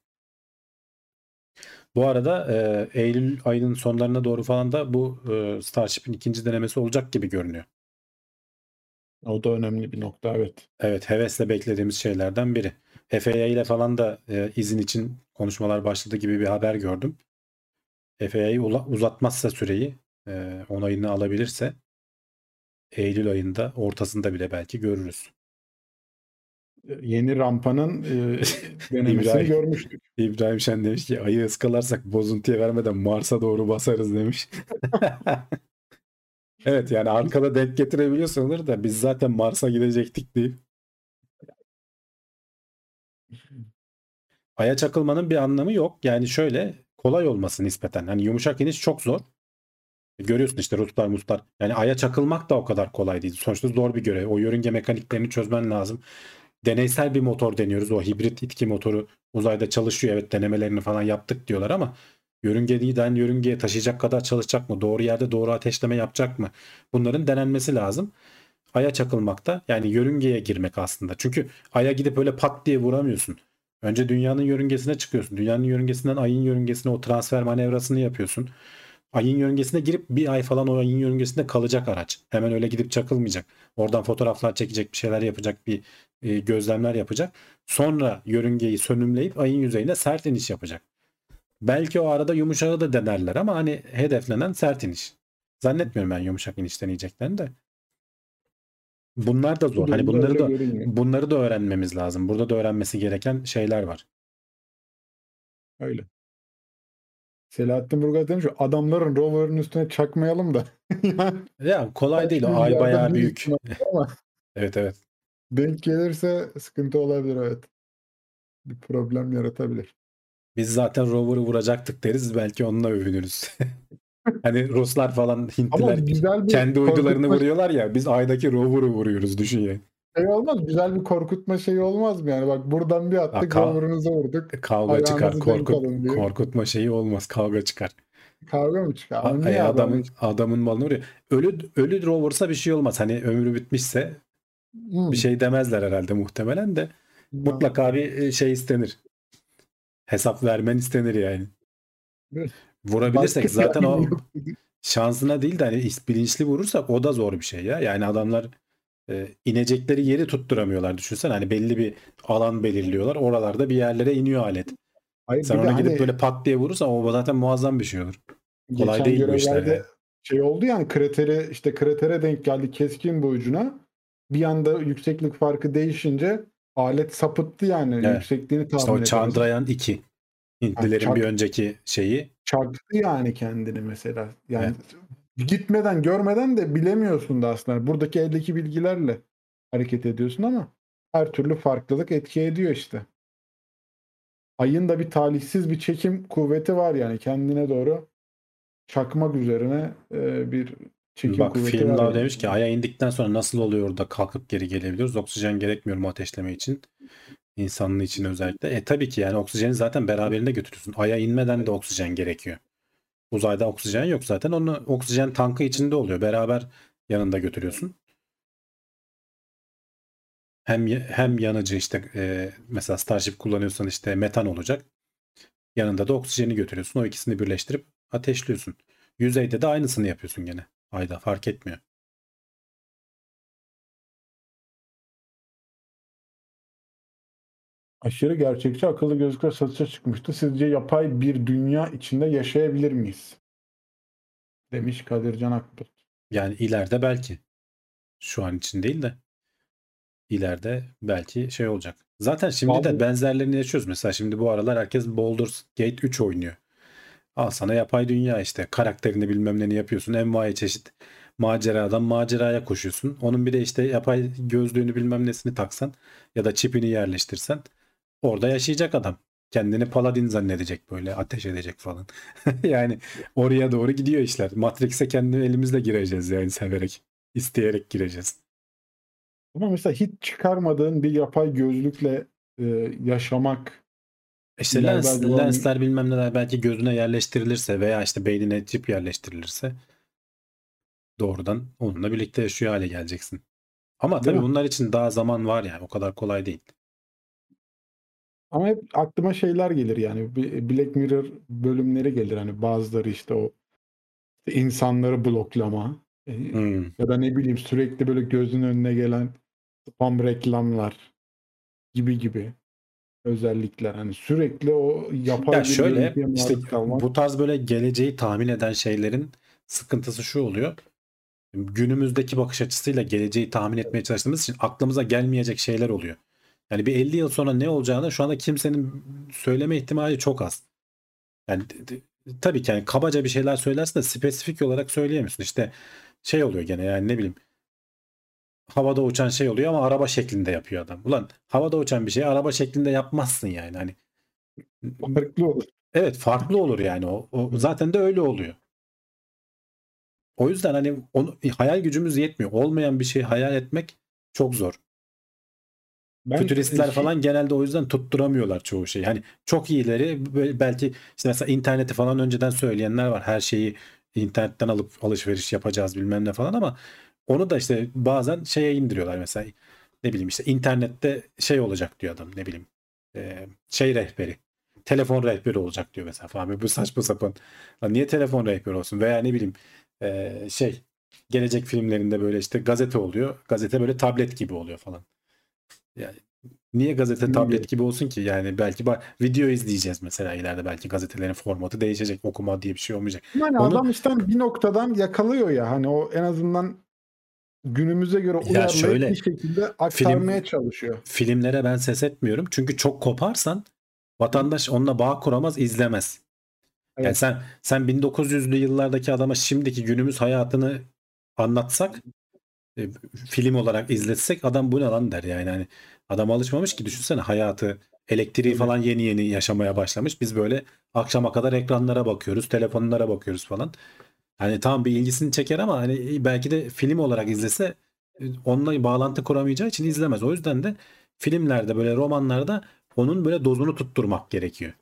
Bu arada Eylül ayının sonlarına doğru falan da bu Starship'in ikinci denemesi olacak gibi görünüyor. O da önemli bir nokta, evet. Evet, hevesle beklediğimiz şeylerden biri. FAA ile falan da izin için konuşmalar başladı gibi bir haber gördüm. FAA uzatmazsa süreyi, onayını alabilirse Eylül ayında ortasında bile belki görürüz. Yeni rampanın denemesini İbrahim, görmüştük. İbrahim Şen demiş ki ayı ıskalarsak bozuntuya vermeden Mars'a doğru basarız demiş. Evet yani arkada denk getirebiliyorsun olur da biz zaten Mars'a gidecektik deyip. Ay'a çakılmanın bir anlamı yok. Yani şöyle kolay olması nispeten. Hani yumuşak iniş çok zor. Görüyorsun işte Ruslar Muslar. Yani Ay'a çakılmak da o kadar kolay değil. Sonuçta zor bir görev. O yörünge mekaniklerini çözmen lazım. Deneysel bir motor deniyoruz. O hibrit itki motoru uzayda çalışıyor. Evet denemelerini falan yaptık diyorlar ama yörüngeden yörüngeye taşıyacak kadar çalışacak mı? Doğru yerde doğru ateşleme yapacak mı? Bunların denenmesi lazım. Ay'a çakılmakta yani yörüngeye girmek aslında. Çünkü Ay'a gidip öyle pat diye vuramıyorsun. Önce dünyanın yörüngesine çıkıyorsun. Dünyanın yörüngesinden ayın yörüngesine o transfer manevrasını yapıyorsun. Ayın yörüngesine girip bir ay falan o ayın yörüngesinde kalacak araç. Hemen öyle gidip çakılmayacak. Oradan fotoğraflar çekecek, bir şeyler yapacak, bir gözlemler yapacak. Sonra yörüngeyi sönümleyip ayın yüzeyine sert iniş yapacak. Belki o arada yumuşağı da denerler ama hani hedeflenen sert iniş. Zannetmiyorum ben yumuşak inişten yiyeceklerini de. Bunlar da zor. Hani Durumda öyle görünüyor. bunları da öğrenmemiz lazım. Burada da öğrenmesi gereken şeyler var. Öyle. Selahattin Burgaz demiş ki adamların rover'ın üstüne çakmayalım da. Yani Ya kolay değil. O kaç ay milyarda bayağı bir büyük. ihtimal ama Evet evet. denk gelirse sıkıntı olabilir, evet. Bir problem yaratabilir. Biz zaten rover'ı vuracaktık deriz. Belki onunla övünürüz. Hani Ruslar falan Ama Hintliler güzel bir kendi uydularını korkutma vuruyorlar ya. Biz aydaki rover'ı vuruyoruz düşün ya. şey olmaz. Güzel bir korkutma şeyi olmaz mı yani? Bak buradan bir Ha, attık, rover'ınızı vurduk. kavga çıkar. Ayağınızı denk alın diye. Korkutma şeyi olmaz. Kavga çıkar. Kavga mı çıkar? Ama niye Ay abi? Hani, adamın malını vuruyor. Ölü rover'sa bir şey olmaz. Hani ömrü bitmişse bir hmm, şey demezler herhalde muhtemelen de. bilmem. Mutlaka bir şey istenir. Hesap vermen istenir yani. Başka Vurabilirsek zaten yayın o yok dedi. şansına değil de hani bilinçli vurursak o da zor bir şey ya. Yani adamlar inecekleri yeri tutturamıyorlar. Düşünsene hani belli bir alan belirliyorlar. Oralarda bir yerlere iniyor alet. Hayır Sen bir de ona gidip hani böyle pat diye vurursan o zaten muazzam bir şey olur. Kolay geçen değil bu işler görevlerde yani. şey oldu yani, kratere denk geldi keskin bir ucuna. Bir anda yükseklik farkı değişince alet sapıttı yani, Evet. yüksekliğini İşte o tahmin edemedi. Chandrayaan 2. Yani Hintlilerin bir önceki şeyi. çaktı yani kendini mesela. Yani Evet. gitmeden görmeden de bilemiyorsun da aslında. Buradaki eldeki bilgilerle hareket ediyorsun ama her türlü farklılık etki ediyor işte. Ayın da bir talihsiz bir çekim kuvveti var yani, kendine doğru çakmak üzerine bir çekim Bak kuvveti Film var Love yani. demiş ki Ay'a indikten sonra nasıl oluyor da kalkıp geri gelebiliyoruz? Oksijen gerekmiyor mu ateşleme için? İnsanlığı için özellikle. Tabii ki yani oksijeni zaten beraberinde götürüyorsun. Ay'a inmeden de oksijen gerekiyor. Uzayda oksijen yok zaten. Onu oksijen tankı içinde oluyor. Beraber yanında götürüyorsun. Hem yanıcı işte mesela Starship kullanıyorsan işte metan olacak. Yanında da oksijeni götürüyorsun. O ikisini birleştirip ateşliyorsun. Yüzeyde de aynısını yapıyorsun gene. Ayda fark etmiyor. Aşırı gerçekçi akıllı gözlükler satışa çıkmıştı. Sizce yapay bir dünya içinde yaşayabilir miyiz? Demiş Kadircan Akbulut. Yani ileride belki. Şu an için değil de ileride belki şey olacak. Zaten şimdi de Bazı benzerlerini yaşıyoruz. Mesela şimdi bu aralar herkes Baldur's Gate 3 oynuyor. Al sana yapay dünya işte. Karakterini bilmem ne yapıyorsun. Envai çeşit maceradan maceraya koşuyorsun. Onun bir de işte yapay gözlüğünü bilmem nesini taksan ya da çipini yerleştirsen orada yaşayacak adam. Kendini paladin zannedecek böyle ateş edecek falan. Yani oraya doğru gidiyor işler. Matrix'e kendi elimizle gireceğiz yani severek. İsteyerek gireceğiz. Ama mesela hiç çıkarmadığın bir yapay gözlükle yaşamak İşte ileride acaba lensler bilmem neler belki gözüne yerleştirilirse veya işte beynine çip yerleştirilirse doğrudan onunla birlikte yaşıyor hale geleceksin. Ama değil tabii mi? bunlar için daha zaman var yani o kadar kolay değil. Ama hep aklıma şeyler gelir yani, Black Mirror bölümleri gelir hani, bazıları işte o insanları bloklama, Hmm. ya da ne bileyim sürekli böyle gözünün önüne gelen spam reklamlar gibi gibi özellikler. Hani sürekli o Ya yapay bir şöyle görüntüye işte maruz kalmak. bu tarz böyle geleceği tahmin eden şeylerin sıkıntısı şu oluyor. Günümüzdeki bakış açısıyla geleceği tahmin etmeye çalıştığımız için aklımıza gelmeyecek şeyler oluyor. Yani bir 50 yıl sonra ne olacağını şu anda kimsenin söyleme ihtimali çok az. Yani tabii ki yani kabaca bir şeyler söylersin de spesifik olarak söyleyemiyorsun. İşte şey oluyor gene, yani ne bileyim, havada uçan şey oluyor ama araba şeklinde yapıyor adam. Ulan havada uçan bir şeyi araba şeklinde yapmazsın yani. Hani Farklı olur. evet, farklı olur yani, o Hı. zaten de öyle oluyor. O yüzden hani hayal gücümüz yetmiyor. Olmayan bir şeyi hayal etmek çok zor. Ben Fütüristler falan genelde o yüzden tutturamıyorlar çoğu şeyi. Hani çok iyileri belki işte mesela interneti falan önceden söyleyenler var. Her şeyi internetten alıp alışveriş yapacağız bilmem ne falan, ama onu da işte bazen şeye indiriyorlar mesela. Ne bileyim, işte internette şey olacak diyor adam, ne bileyim. Şey rehberi. Telefon rehberi olacak diyor mesela falan. Bu saçma sapan. Lan niye telefon rehberi olsun? Veya ne bileyim, şey, gelecek filmlerinde böyle işte gazete oluyor. Gazete böyle tablet gibi oluyor falan. Yani niye gazete tablet gibi olsun ki? Yani belki video izleyeceğiz mesela ileride, belki gazetelerin formatı değişecek. Okuma diye bir şey olmayacak. Yani Onu adam işte bir noktadan yakalıyor ya, hani o en azından günümüze göre ya uyarlayıp bir şöyle, şekilde film aktarmaya çalışıyor. filmlere ben ses etmiyorum. Çünkü çok koparsan vatandaş onunla bağ kuramaz, izlemez. Yani Evet. sen 1900'lü yıllardaki adama şimdiki günümüz hayatını anlatsak, e, film olarak izletsek, adam bu ne lan der yani. Hani adam alışmamış ki, düşünsene, hayatı, elektriği Öyle. falan yeni yeni yaşamaya başlamış. Biz böyle akşama kadar ekranlara bakıyoruz, telefonlara bakıyoruz falan. Hani tamam, bir ilgisini çeker ama hani belki de film olarak izlese onunla bağlantı kuramayacağı için izlemez. O yüzden de filmlerde, böyle romanlarda onun böyle dozunu tutturmak gerekiyor.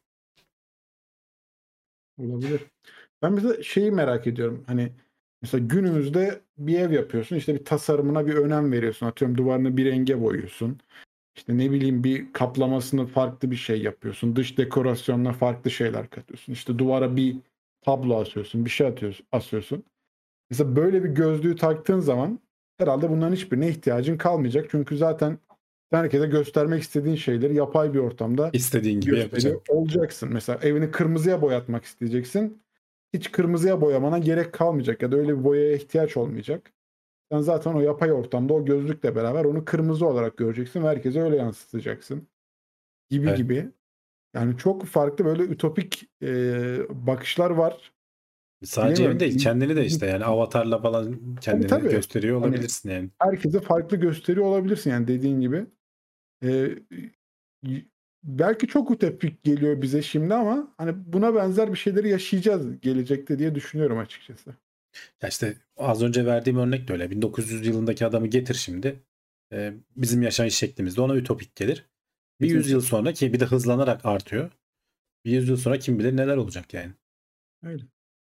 Olabilir. Ben mesela şeyi merak ediyorum. Hani mesela günümüzde bir ev yapıyorsun. İşte bir tasarımına bir önem veriyorsun. Atıyorum duvarını bir renge boyuyorsun. İşte ne bileyim bir kaplamasını farklı bir şey yapıyorsun. Dış dekorasyonuna farklı şeyler katıyorsun. İşte duvara bir tablo asıyorsun, bir şey asıyorsun. Mesela böyle bir gözlüğü taktığın zaman herhalde bunların hiçbirine ihtiyacın kalmayacak. Çünkü zaten herkese göstermek istediğin şeyleri yapay bir ortamda İstediğin gibi gösteriyor yapacaksın. olacaksın. Mesela evini kırmızıya boyatmak isteyeceksin. Hiç kırmızıya boyamana gerek kalmayacak ya da öyle bir boyaya ihtiyaç olmayacak. Sen zaten o yapay ortamda o gözlükle beraber onu kırmızı olarak göreceksin ve herkese öyle yansıtacaksın gibi Evet. gibi. Yani çok farklı böyle ütopik bakışlar var. Sadece evin Bilemiyorum. değil, kendini de işte yani avatarla falan Tabii kendini tabii. gösteriyor Hani olabilirsin yani. herkese farklı gösteriyor olabilirsin yani dediğin gibi. Eee, belki çok ütopik geliyor bize şimdi ama hani buna benzer bir şeyleri yaşayacağız gelecekte diye düşünüyorum açıkçası. Ya işte az önce verdiğim örnek de öyle. 1900 yılındaki adamı getir şimdi. Bizim yaşayış şeklimizde ona ütopik gelir. Bir Kesinlikle. 100 yıl sonra, ki bir de hızlanarak artıyor. Bir 100 yıl sonra kim bilir neler olacak yani. Öyle.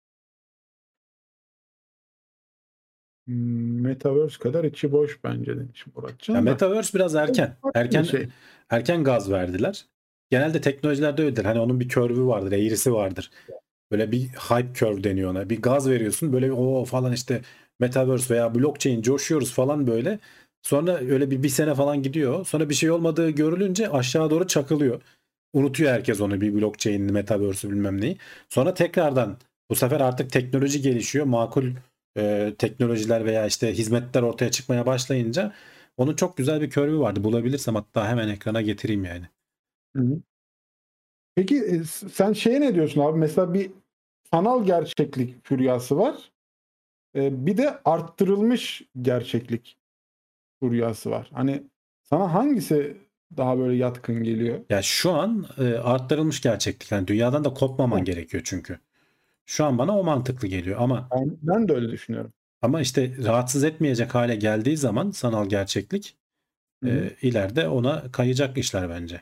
Metaverse kadar içi boş bence demiş Ya Muratcan da. Metaverse biraz erken. Farklı bir Erken şey. erken gaz verdiler. Genelde teknolojilerde öyledir. Hani onun bir curve'ü vardır, eğrisi vardır. Böyle bir hype curve deniyor ona. Bir gaz veriyorsun, böyle o falan işte Metaverse veya blockchain coşuyoruz falan böyle. Sonra öyle bir sene falan gidiyor. Sonra bir şey olmadığı görülünce aşağı doğru çakılıyor. Unutuyor herkes onu, bir blockchain'i, Metaverse'ü bilmem neyi. Sonra tekrardan bu sefer artık teknoloji gelişiyor. Makul teknolojiler veya işte hizmetler ortaya çıkmaya başlayınca onun çok güzel bir curve'ü vardı. Bulabilirsem hatta hemen ekrana getireyim yani. Hı hı. Peki sen şeye ne diyorsun abi? Mesela bir sanal gerçeklik furyası var. Bir de arttırılmış gerçeklik furyası var. Hani sana hangisi daha böyle yatkın geliyor? Ya şu an arttırılmış gerçeklik. Yani dünyadan da kopmaman Heh, gerekiyor çünkü. Şu an bana o mantıklı geliyor, ben de öyle düşünüyorum. ama işte rahatsız etmeyecek hale geldiği zaman sanal gerçeklik Hı hı. ileride ona kayacak işler bence.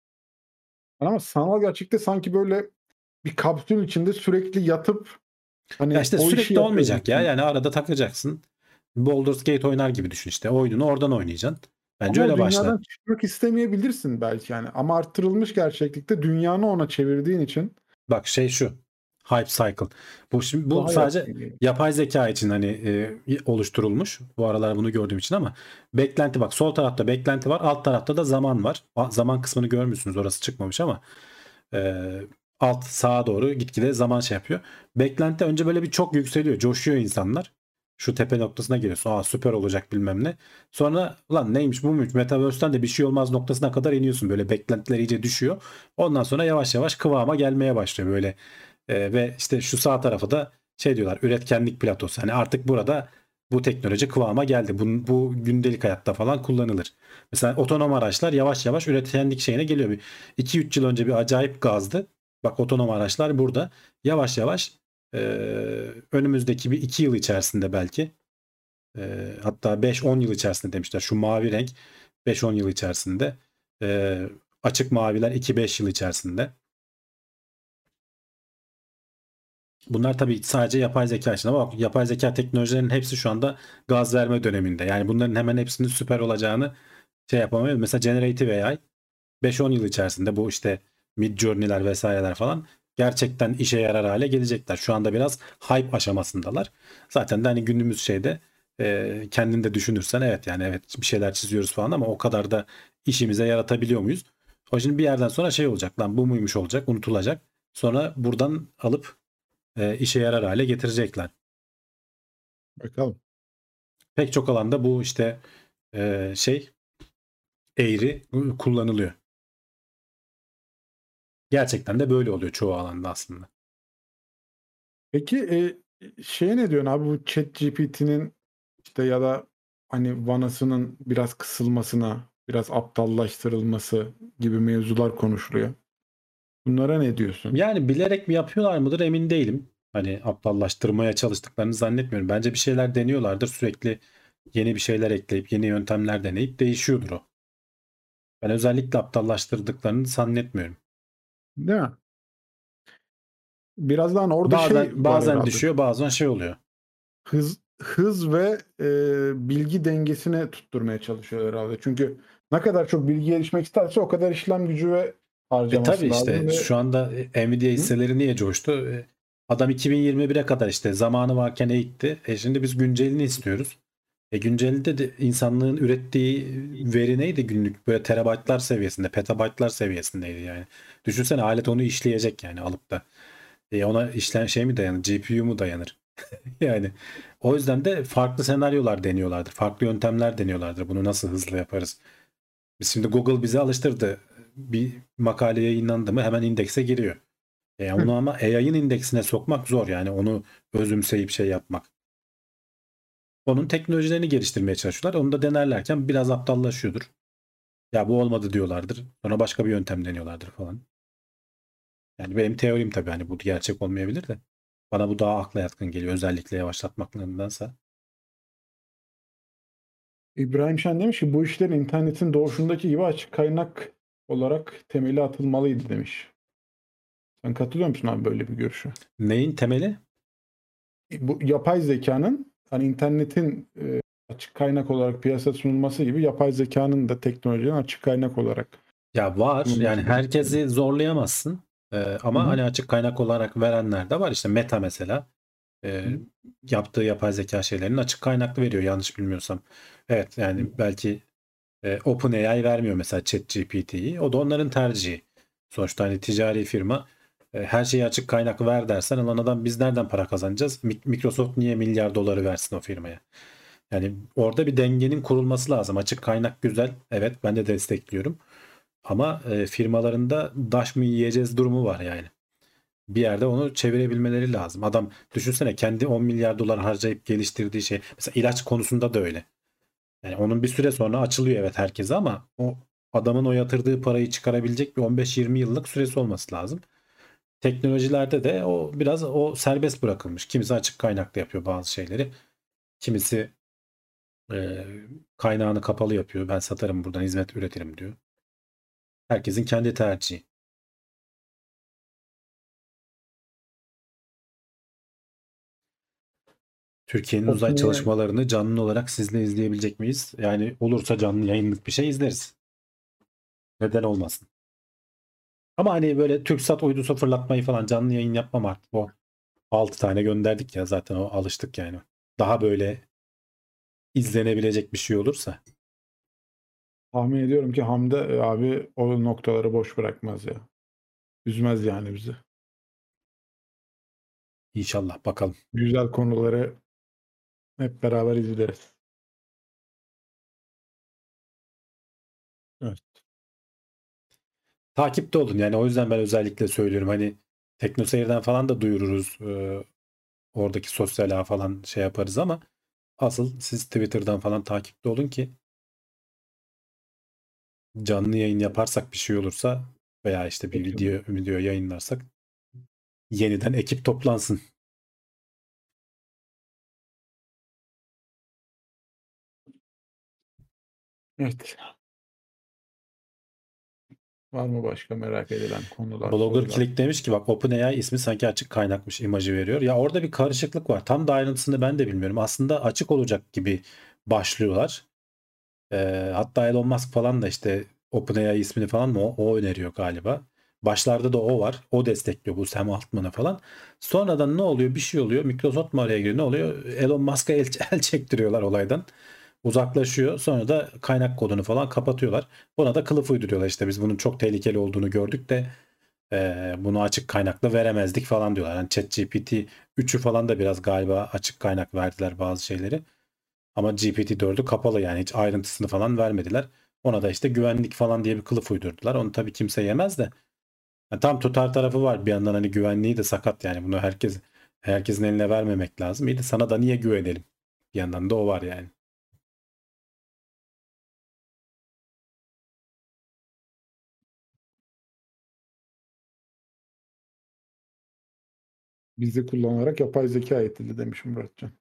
Ama sanal gerçekte sanki böyle bir kapsül içinde sürekli yatıp Ya hani işte o işi sürekli olmayacak ya. yapıyormuşsun. Yani arada takacaksın. Baldur's Gate oynar gibi düşün işte. Oyununu oradan oynayacaksın. Bence Ama o öyle başla. dünyadan çıkmak istemeyebilirsin belki yani. Ama arttırılmış gerçeklikte dünyanı ona çevirdiğin için Bak şey şu. Hype cycle. Bu daha sadece yatkın geliyor. yapay zeka için hani oluşturulmuş. Bu aralar bunu gördüğüm için, ama beklenti, bak, sol tarafta beklenti var. Alt tarafta da zaman var. Zaman kısmını görmüşsünüz. Orası çıkmamış ama e, alt sağa doğru gitgide zaman şey yapıyor. Beklenti önce böyle bir çok yükseliyor. Coşuyor insanlar. Şu tepe noktasına geliyorsun. Aa, süper olacak bilmem ne. Sonra lan neymiş bu muymuş, Metaverse'den de bir şey olmaz noktasına kadar iniyorsun. Böyle beklentiler iyice düşüyor. Ondan sonra yavaş yavaş kıvama gelmeye başlıyor böyle. Ve işte şu sağ tarafa da şey diyorlar, üretkenlik platosu. Hani artık burada bu teknoloji kıvama geldi. Bu gündelik hayatta falan kullanılır. Mesela otonom araçlar yavaş yavaş üretkenlik şeyine geliyor. 2-3 yıl önce bir acayip gazdı. Bak otonom araçlar burada. Yavaş yavaş e, önümüzdeki bir 2 yıl içerisinde belki hatta 5-10 yıl içerisinde demişler. Şu mavi renk 5-10 yıl içerisinde. Açık maviler 2-5 yıl içerisinde. Bunlar tabii sadece yapay zeka için ama yapay zeka teknolojilerinin hepsi şu anda gaz verme döneminde. Yani bunların hemen hepsinin süper olacağını şey yapamıyoruz. Mesela Generative AI 5-10 yıl içerisinde bu işte Midjourney'ler vesaireler falan gerçekten işe yarar hale gelecekler. Şu anda biraz hype aşamasındalar. Zaten de hani günümüz şeyde kendin de düşünürsen evet yani evet bir şeyler çiziyoruz falan ama o kadar da işimize yaratabiliyor muyuz? O şimdi bir yerden sonra şey olacak lan bu muymuş olacak unutulacak. Sonra buradan alıp işe yarar hale getirecekler. Bakalım. Pek çok alanda bu işte şey eğri kullanılıyor. Gerçekten de böyle oluyor çoğu alanda aslında. Peki şeye ne diyorsun abi, bu ChatGPT'nin işte ya da hani vanasının biraz kısılmasına, biraz aptallaştırılması gibi mevzular konuşuluyor. Bunlara ne diyorsun? Yani bilerek mi yapıyorlar mıdır emin değilim. Hani aptallaştırmaya çalıştıklarını zannetmiyorum. Bence bir şeyler deniyorlardır. Sürekli yeni bir şeyler ekleyip yeni yöntemler deneyip değişiyordur o. Ben özellikle aptallaştırdıklarını zannetmiyorum. Değil mi? Birazdan orada şey var Bazen herhalde. düşüyor, bazen şey oluyor. Hız ve bilgi dengesine tutturmaya çalışıyor herhalde. Çünkü ne kadar çok bilgi gelişmek isterse o kadar işlem gücü ve Tabii harcaması lazım işte ve şu anda Nvidia Hı? hisseleri niye coştu? Adam 2021'e kadar işte zamanı varken eğitti. Şimdi biz güncelini istiyoruz. Güncelinde de insanlığın ürettiği veri neydi günlük? Böyle terabaytlar seviyesinde, petabaytlar seviyesindeydi yani. Düşünsene alet onu işleyecek yani alıp da. Ona işlen şey mi dayanır? GPU mu dayanır? Yani o yüzden de farklı senaryolar deniyorlardır. Farklı yöntemler deniyorlardır. Bunu nasıl hızlı yaparız? Biz şimdi Google bizi alıştırdı. Bir makale yayınlandı mı hemen indekse giriyor. Onu ama AI'ın indeksine sokmak zor yani onu özümseyip şey yapmak. Onun teknolojilerini geliştirmeye çalışıyorlar. Onu da denerlerken biraz aptallaşıyordur. Ya bu olmadı diyorlardır. Sonra başka bir yöntem deniyorlardır falan. Yani benim teorim tabii hani bu gerçek olmayabilir de. Bana bu daha akla yatkın geliyor. Özellikle yavaşlatmaklarındansa. İbrahim Şen demiş ki bu işler internetin doğuşundaki gibi açık kaynak olarak temeli atılmalıydı demiş. Sen katılıyor musun abi böyle bir görüşe? Neyin temeli? Bu yapay zekanın hani internetin açık kaynak olarak piyasaya sunulması gibi yapay zekanın da teknolojinin açık kaynak olarak Ya var yani sunulması gerekiyor. herkesi zorlayamazsın. Hı Ama hı. hani açık kaynak olarak verenler de var. İşte Meta mesela Hı. yaptığı yapay zeka şeylerini açık kaynaklı veriyor yanlış bilmiyorsam. Evet yani belki OpenAI vermiyor mesela ChatGPT'yi. O da onların tercihi. Sonuçta hani ticari firma her şeyi açık kaynaklı ver dersen alan adam biz nereden para kazanacağız? Microsoft niye milyar doları versin o firmaya? Yani orada bir dengenin kurulması lazım. Açık kaynak güzel. Evet ben de destekliyorum. Ama firmalarında daş mı yiyeceğiz durumu var yani. Bir yerde onu çevirebilmeleri lazım. Adam düşünsene kendi 10 milyar dolar harcayıp geliştirdiği şey. Mesela ilaç konusunda da öyle. Yani onun bir süre sonra açılıyor evet herkese ama o adamın o yatırdığı parayı çıkarabilecek bir 15-20 yıllık süresi olması lazım. Teknolojilerde de o biraz o serbest bırakılmış. Kimisi açık kaynaklı yapıyor bazı şeyleri. Kimisi e, kaynağını kapalı yapıyor. Ben satarım buradan hizmet üretirim diyor. Herkesin kendi tercihi. Türkiye'nin uzay OpenAI çalışmalarını canlı olarak sizle izleyebilecek miyiz? Yani olursa canlı yayınlık bir şey izleriz. Neden olmasın? Ama hani böyle TürkSat uydusu fırlatmayı falan canlı yayın yapmam artık. O 6 tane gönderdik ya zaten o alıştık yani. Daha böyle izlenebilecek bir şey olursa tahmin ediyorum ki Hamdi abi o noktaları boş bırakmaz ya. Üzmez yani bizi. inşallah bakalım. Güzel konuları hep beraber izleriz. Evet. Takipte olun yani o yüzden ben özellikle söylüyorum hani Teknoseyir'den falan da duyururuz. Oradaki sosyal ağ falan şey yaparız ama Asıl siz Twitter'dan falan takipte olun ki canlı yayın yaparsak bir şey olursa veya işte bir Peki. video yayınlarsak yeniden ekip toplansın. Evet. Var mı başka merak edilen konular, Blogger sorular? Click demiş ki bak OpenAI ismi sanki açık kaynakmış imajı veriyor. Ya orada bir karışıklık var. Tam da ayrıntısını ben de bilmiyorum. Aslında açık olacak gibi başlıyorlar. Hatta Elon Musk falan da işte OpenAI ismini falan mı o öneriyor galiba. Başlarda da o var. O destekliyor bu Sam Altman'ı falan. Sonradan ne oluyor? Bir şey oluyor. Microsoft mu araya giriyor? Ne oluyor? Elon Musk'a el çektiriyorlar olaydan. Uzaklaşıyor. Sonra da kaynak kodunu falan kapatıyorlar. Buna da kılıf uyduruyorlar. İşte biz bunun çok tehlikeli olduğunu gördük de bunu açık kaynakla veremezdik falan diyorlar. Yani ChatGPT 3'ü falan da biraz galiba açık kaynak verdiler bazı şeyleri. Ama GPT-4'ü kapalı yani hiç ayrıntısını falan vermediler. Ona da işte güvenlik falan diye bir kılıf uydurdular. Onu tabii kimse yemez de. Yani tam tutar tarafı var bir yandan hani güvenliği de sakat yani bunu herkesin eline vermemek lazım. İyi de sana da niye güvenelim? Bir yandan da o var yani. Bizi kullanarak yapay zeka eğitildi demiş Muratcan.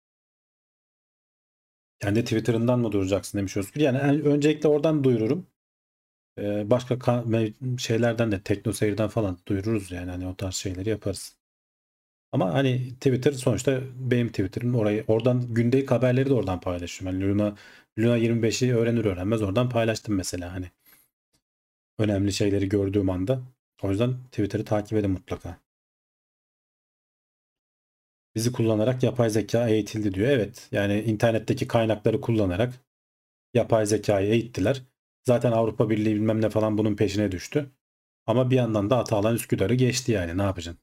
Kendi Twitter'ından mı duracaksın demiş Özgür. Yani öncelikle oradan duyururum. Başka şeylerden de TeknoSeyir'den falan duyururuz yani hani o tarz şeyleri yaparız. Ama hani Twitter sonuçta benim Twitter'ım oradan gündelik haberleri de oradan paylaşıyorum. Yani Luna 25'i öğrenir öğrenmez oradan paylaştım mesela hani önemli şeyleri gördüğüm anda. O yüzden Twitter'ı takip edin mutlaka. Bizi kullanarak yapay zeka eğitildi diyor. Evet yani internetteki kaynakları kullanarak yapay zekayı eğittiler. Zaten Avrupa Birliği bilmem ne falan bunun peşine düştü. Ama bir yandan da Atalan Üsküdar'ı geçti yani ne yapacaksın?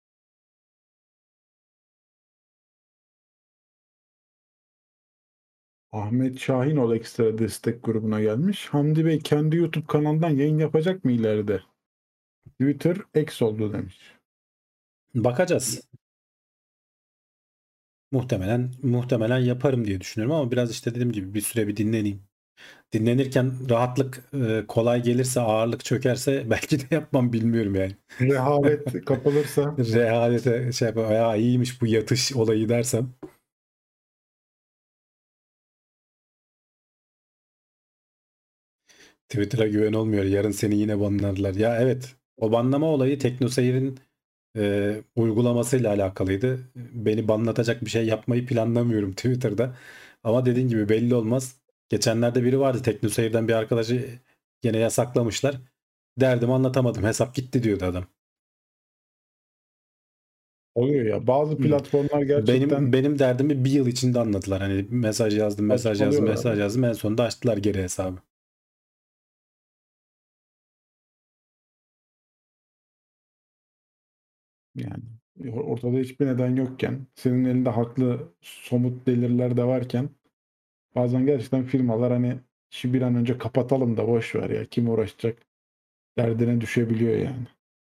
Ahmet Şahin ol ekstra destek grubuna gelmiş. Hamdi Bey kendi YouTube kanalından yayın yapacak mı ileride? Twitter X oldu demiş. Bakacağız. Muhtemelen yaparım diye düşünüyorum ama biraz işte dediğim gibi bir süre bir dinleneyim. Dinlenirken rahatlık kolay gelirse ağırlık çökerse belki de yapmam bilmiyorum yani. Rehavet kapılırsa Rehavete şey yapar, ya iyiymiş bu yatış olayı dersem. Twitter'a güven olmuyor. Yarın seni yine banlarlar. Ya evet o banlama olayı TeknoSeyir'in uygulamasıyla alakalıydı. Beni banlatacak bir şey yapmayı planlamıyorum Twitter'da. Ama dediğin gibi belli olmaz. Geçenlerde biri vardı TeknoSeyir'den bir arkadaşı gene yasaklamışlar. Derdimi anlatamadım. Hesap gitti diyordu adam. oluyor ya. Bazı Hı. platformlar Benim gerçekten benim derdimi bir yıl içinde anlattılar. Hani saçmalıyorlar. mesaj yazdım. En sonunda açtılar geri hesabı. Yani ortada hiçbir neden yokken, senin elinde haklı somut deliller de varken bazen gerçekten firmalar hani işi bir an önce kapatalım da boş ver ya kim uğraşacak derdine düşebiliyor yani.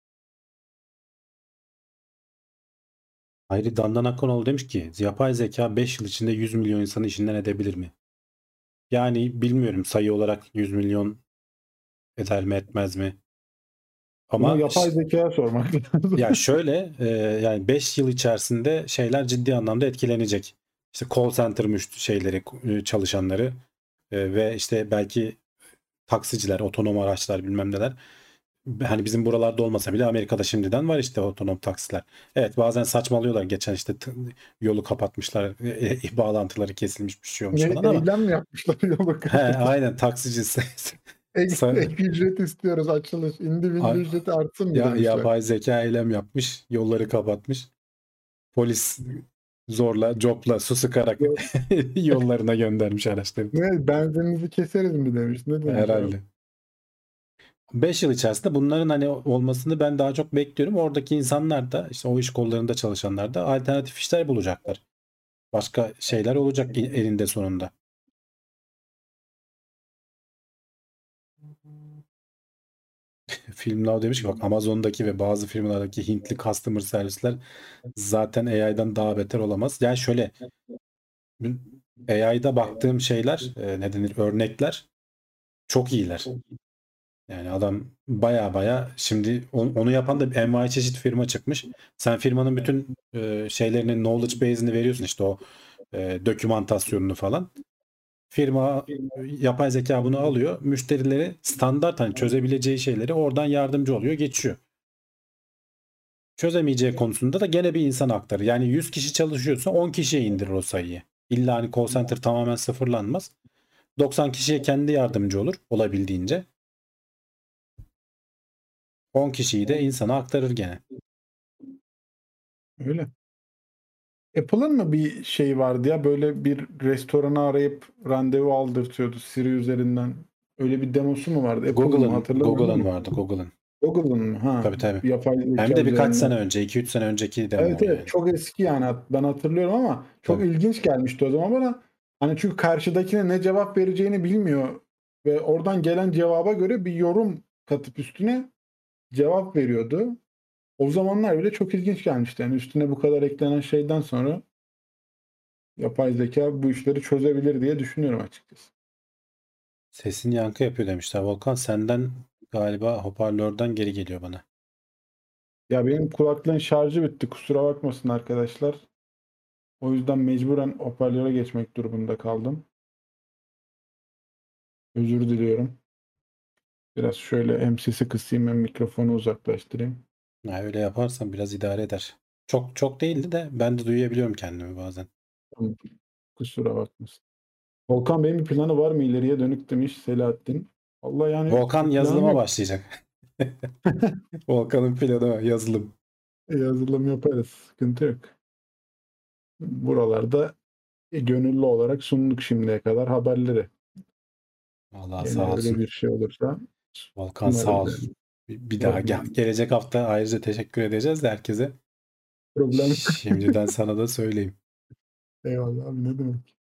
Hayri Dandan Akkanoğlu demiş ki yapay zeka 5 yıl içinde 100 milyon insanı işinden edebilir mi? Yani bilmiyorum sayı olarak 100 milyon eder mi etmez mi? Bunu Ama yapay zekaya sormak lazım. ya şöyle yani 5 yıl içerisinde şeyler ciddi anlamda etkilenecek. İşte call center şeyleri çalışanları ve işte belki taksiciler, otonom araçlar bilmem neler. Hani bizim buralarda olmasa bile Amerika'da şimdiden var işte otonom taksiler. Evet bazen saçmalıyorlar. Geçen işte yolu kapatmışlar, bağlantıları kesilmiş bir şey olmuş falan ama Eylem mi yapmışlar yolu he, kapatan? aynen taksici Ek ücret istiyoruz açılış. İndi bindi A- ücreti artsın mı demişler. yapay zeka eylem yapmış, yolları kapatmış. Polis zorla, copla, su sıkarak yollarına göndermiş araçları. Ne benzininizi keseriz mi demiş. Ne demiş abi? Herhalde. 5 yıl içerisinde bunların hani olmasını ben daha çok bekliyorum. Oradaki insanlar da işte o iş kollarında çalışanlar da alternatif işler bulacaklar. Başka şeyler olacak elinde sonunda. Filmler demiş ki bak Amazon'daki ve bazı firmalardaki Hintli customer servisler zaten AI'dan daha beter olamaz. Yani şöyle AI'da baktığım şeyler, ne denir, örnekler çok iyiler. Yani adam baya baya, şimdi onu yapan da envai çeşit firma çıkmış. Sen firmanın bütün şeylerini, knowledge base'ini veriyorsun, işte o dokümantasyonunu falan. Firma yapay zeka bunu alıyor. Müşterileri standart, hani çözebileceği şeyleri oradan yardımcı oluyor, geçiyor. Çözemeyeceği konusunda da gene bir insan aktarır. Yani 100 kişi çalışıyorsa 10 kişiye indirir o sayıyı. İlla hani call center tamamen sıfırlanmaz. 90 kişiye kendi yardımcı olur olabildiğince. 10 kişiyi de insana aktarır gene. Öyle. Apple'ın mı bir şey vardı ya, böyle bir restoranı arayıp randevu aldırtıyordu Siri üzerinden. Öyle bir demosu mu vardı? Apple'ın mı, hatırlamıyorum Google'ın ama. vardı, Google'ın. Google'ın mı? Ha, Tabii tabii. yapay Hem zeka de birkaç üzerinden. sene önce, 2-3 sene önceki demo Evet o evet, yani. çok eski yani, ben hatırlıyorum ama çok Tabii. ilginç gelmişti o zaman bana. Hani çünkü karşıdakine ne cevap vereceğini bilmiyor ve oradan gelen cevaba göre bir yorum katıp üstüne cevap veriyordu. O zamanlar bile çok ilginç gelmişti. Yani üstüne bu kadar eklenen şeyden sonra yapay zeka bu işleri çözebilir diye düşünüyorum açıkçası. Sesin yankı yapıyor demişler. Volkan, senden galiba hoparlörden geri geliyor bana. Ya benim kulaklığın şarjı bitti. Kusura bakmasın arkadaşlar. O yüzden mecburen hoparlöre geçmek durumunda kaldım. Özür diliyorum. Biraz şöyle hem sesi kısayım hem mikrofonu uzaklaştırayım. Ha, öyle yaparsan biraz idare eder. Çok çok değildi de ben de duyabiliyorum kendimi bazen. Tamam, kusura bakmasın. Volkan, benim bir planı var mı ileriye dönük demiş Selahattin. Allah yani Volkan bir planım yazılıma yok. başlayacak. Volkan'ın planı yazılım. Yazılım yaparız. Sıkıntı yok. Buralarda gönüllü olarak sunduk şimdiye kadar haberleri. Vallahi Yine sağ öyle olsun. bir şey olursa Volkan sağ sunarız ol. yani. Bir daha gel. Problem, Gelecek hafta ayrıca teşekkür edeceğiz de herkese. problem. Şimdiden sana da söyleyeyim. Eyvallah abi, ne demek.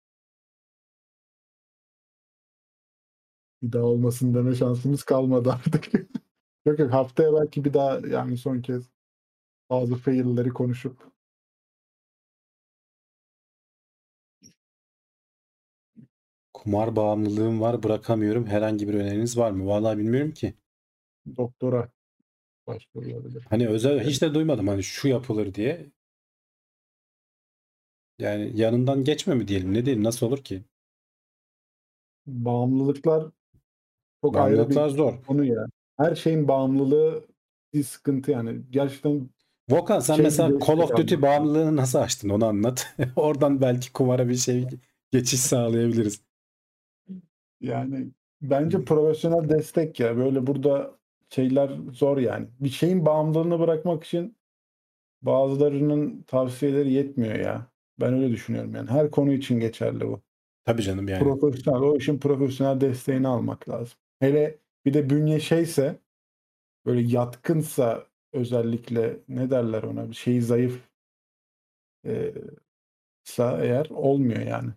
Bir daha olmasın deme şansımız kalmadı artık. Yok yok, haftaya belki bir daha, yani son kez bazı fail'leri konuşup Kumar bağımlılığım var, bırakamıyorum. Herhangi bir öneriniz var mı? Vallahi bilmiyorum ki. doktora başvurulabilir. Hani özel Evet. hiç de duymadım hani şu yapılır diye. Yani yanından geçme mi diyelim, ne diyelim, nasıl olur ki? Bağımlılıklar çok ayrı bir Bağımlılıklar zor. konu ya. Her şeyin bağımlılığı bir sıkıntı yani. Gerçekten Volkan, sen şey mesela gibi Call destek of Duty almak lazım. bağımlılığını nasıl açtın, onu anlat. Oradan belki kumara bir şey, geçiş sağlayabiliriz. Yani bence profesyonel destek ya. Böyle burada şeyler zor yani. Bir şeyin bağımlılığını bırakmak için bazılarının tavsiyeleri yetmiyor ya. Ben öyle düşünüyorum yani. Her konu için geçerli bu. Tabii canım yani. Profesyonel, o işin profesyonel desteğini almak lazım. Hele bir de bünye şeyse, böyle yatkınsa, özellikle ne derler ona, bir şeyi zayıf sa eğer olmuyor yani.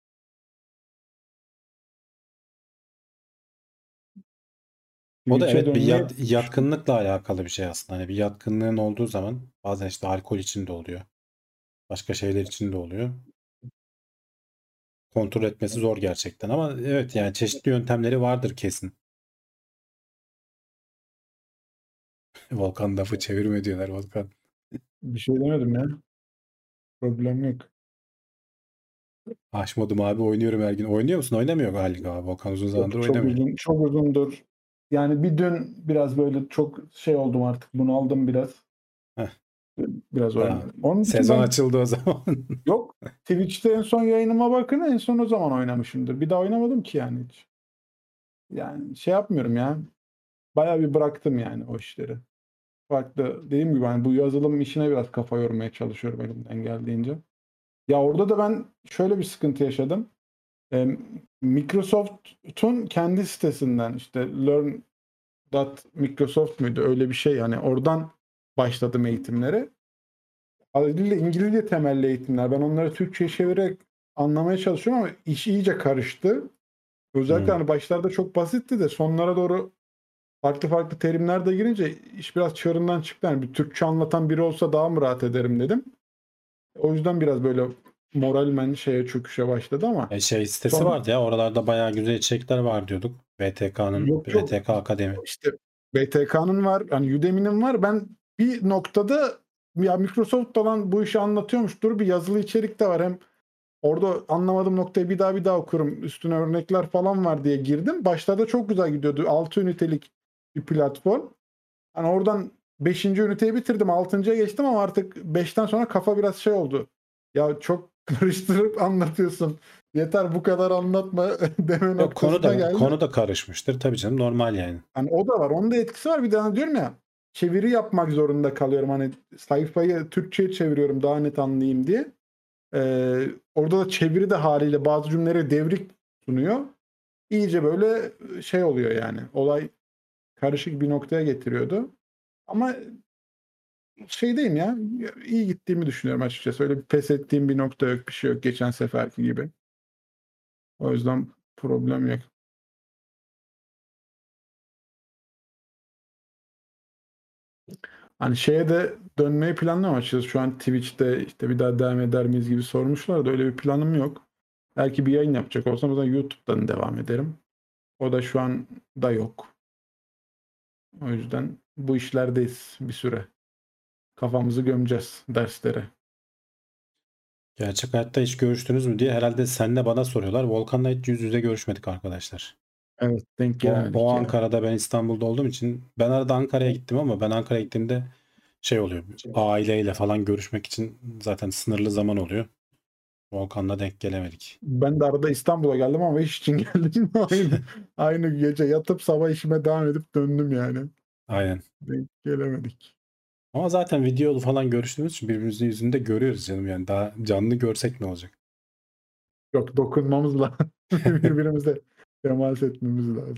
O da Twitch'e evet, bir dönmeyi yatkınlıkla alakalı bir şey aslında. Hani bir yatkınlığın olduğu zaman bazen işte alkol için de oluyor. Başka şeyler için de oluyor. Kontrol etmesi zor gerçekten ama evet, yani çeşitli yöntemleri vardır kesin. Volkan lafı çevirme diyorlar, Volkan. bir şey demedim ya. Problem yok. Aşmadım abi, oynuyorum her gün. Oynuyor musun? Oynamıyor galiba. Volkan uzun zamandır Yok, çok oynamıyor. uzun, çok uzundur. Yani bir dün biraz böyle çok şey oldum artık. Bunaldım biraz. Heh, Biraz tamam. oynadım. Onun Sezon dışında açıldı o zaman. yok. Twitch'te en son yayınıma bakın, en son o zaman oynamışımdır. Bir daha oynamadım ki yani hiç. Yani şey yapmıyorum ya. Bayağı bir bıraktım yani o işleri. Farklı, dediğim gibi hani bu yazılım işine biraz kafa yormaya çalışıyorum elimden geldiğince. Ya orada da ben şöyle bir sıkıntı yaşadım. Microsoft'un kendi sitesinden, işte Learn.Microsoft muydu, öyle bir şey yani, oradan başladım eğitimlere. Haliyle İngilizce temelli eğitimler. Ben onları Türkçe'ye çevirerek anlamaya çalışıyorum ama iş iyice karıştı. Özellikle Hmm. hani başlarda çok basitti de sonlara doğru farklı farklı terimler de girince iş biraz çığırından çıktı. Yani bir Türkçe anlatan biri olsa daha mı rahat ederim dedim. O yüzden biraz böyle moralmen şeye çöküşe başladı ama Şey sitesi son vardı ya, oralarda bayağı güzel içerikler var diyorduk. yok BTK Akademi. işte BTK'nın var, hani Udemy'nin var. Ben bir noktada ya Microsoft olan bu işi anlatıyormuştur. Bir yazılı içerik de var. Hem orada anlamadığım noktayı bir daha okurum. Üstüne örnekler falan var diye girdim. Başlarda çok güzel gidiyordu. 6 ünitelik bir platform. Hani oradan 5. üniteyi bitirdim. 6.'ya geçtim ama artık 5'ten sonra kafa biraz şey oldu. Ya çok karıştırıp anlatıyorsun. Yeter bu kadar anlatma deme Yok, noktasına geldi. konu da karışmıştır tabii canım, normal yani. Hani o da var. Onun da etkisi var. Bir de hani diyorum ya, çeviri yapmak zorunda kalıyorum. Hani sayfayı Türkçe'ye çeviriyorum daha net anlayayım diye. Orada da çeviri de haliyle bazı cümleleri devrik sunuyor. İyice böyle şey oluyor yani. Olay karışık bir noktaya getiriyordu. Ama şeydeyim ya, iyi gittiğimi düşünüyorum açıkçası. Öyle bir pes ettiğim bir nokta yok, bir şey yok geçen seferki gibi. O yüzden problem yok. Hani şeye de dönmeyi planlıyorum açıkçası. Şu an Twitch'te işte bir daha devam eder miyiz gibi sormuşlar da öyle bir planım yok. Belki bir yayın yapacak olsam o zaman YouTube'dan devam ederim. O da şu an da yok. O yüzden bu işlerdeyiz bir süre. Kafamızı gömeceğiz derslere. Gerçek hayatta hiç görüştünüz mü diye herhalde senle bana soruyorlar. Volkan'la hiç yüz yüze görüşmedik arkadaşlar. Evet, denk O gelemedik ya. Ankara'da, ben İstanbul'da olduğum için ben arada Ankara'ya gittim, ama ben Ankara'ya gittiğimde şey oluyor. Aileyle falan görüşmek için zaten sınırlı zaman oluyor. Volkan'la denk gelemedik. Ben de arada İstanbul'a geldim ama iş için geldim. Aynı gece yatıp sabah işime devam edip döndüm yani. Aynen. Denk gelemedik. Ama zaten videolu falan görüştüğümüz için birbirimizin yüzünde görüyoruz canım, yani daha canlı görsek ne olacak? Yok, dokunmamız lazım. Birbirimize temas etmemiz lazım.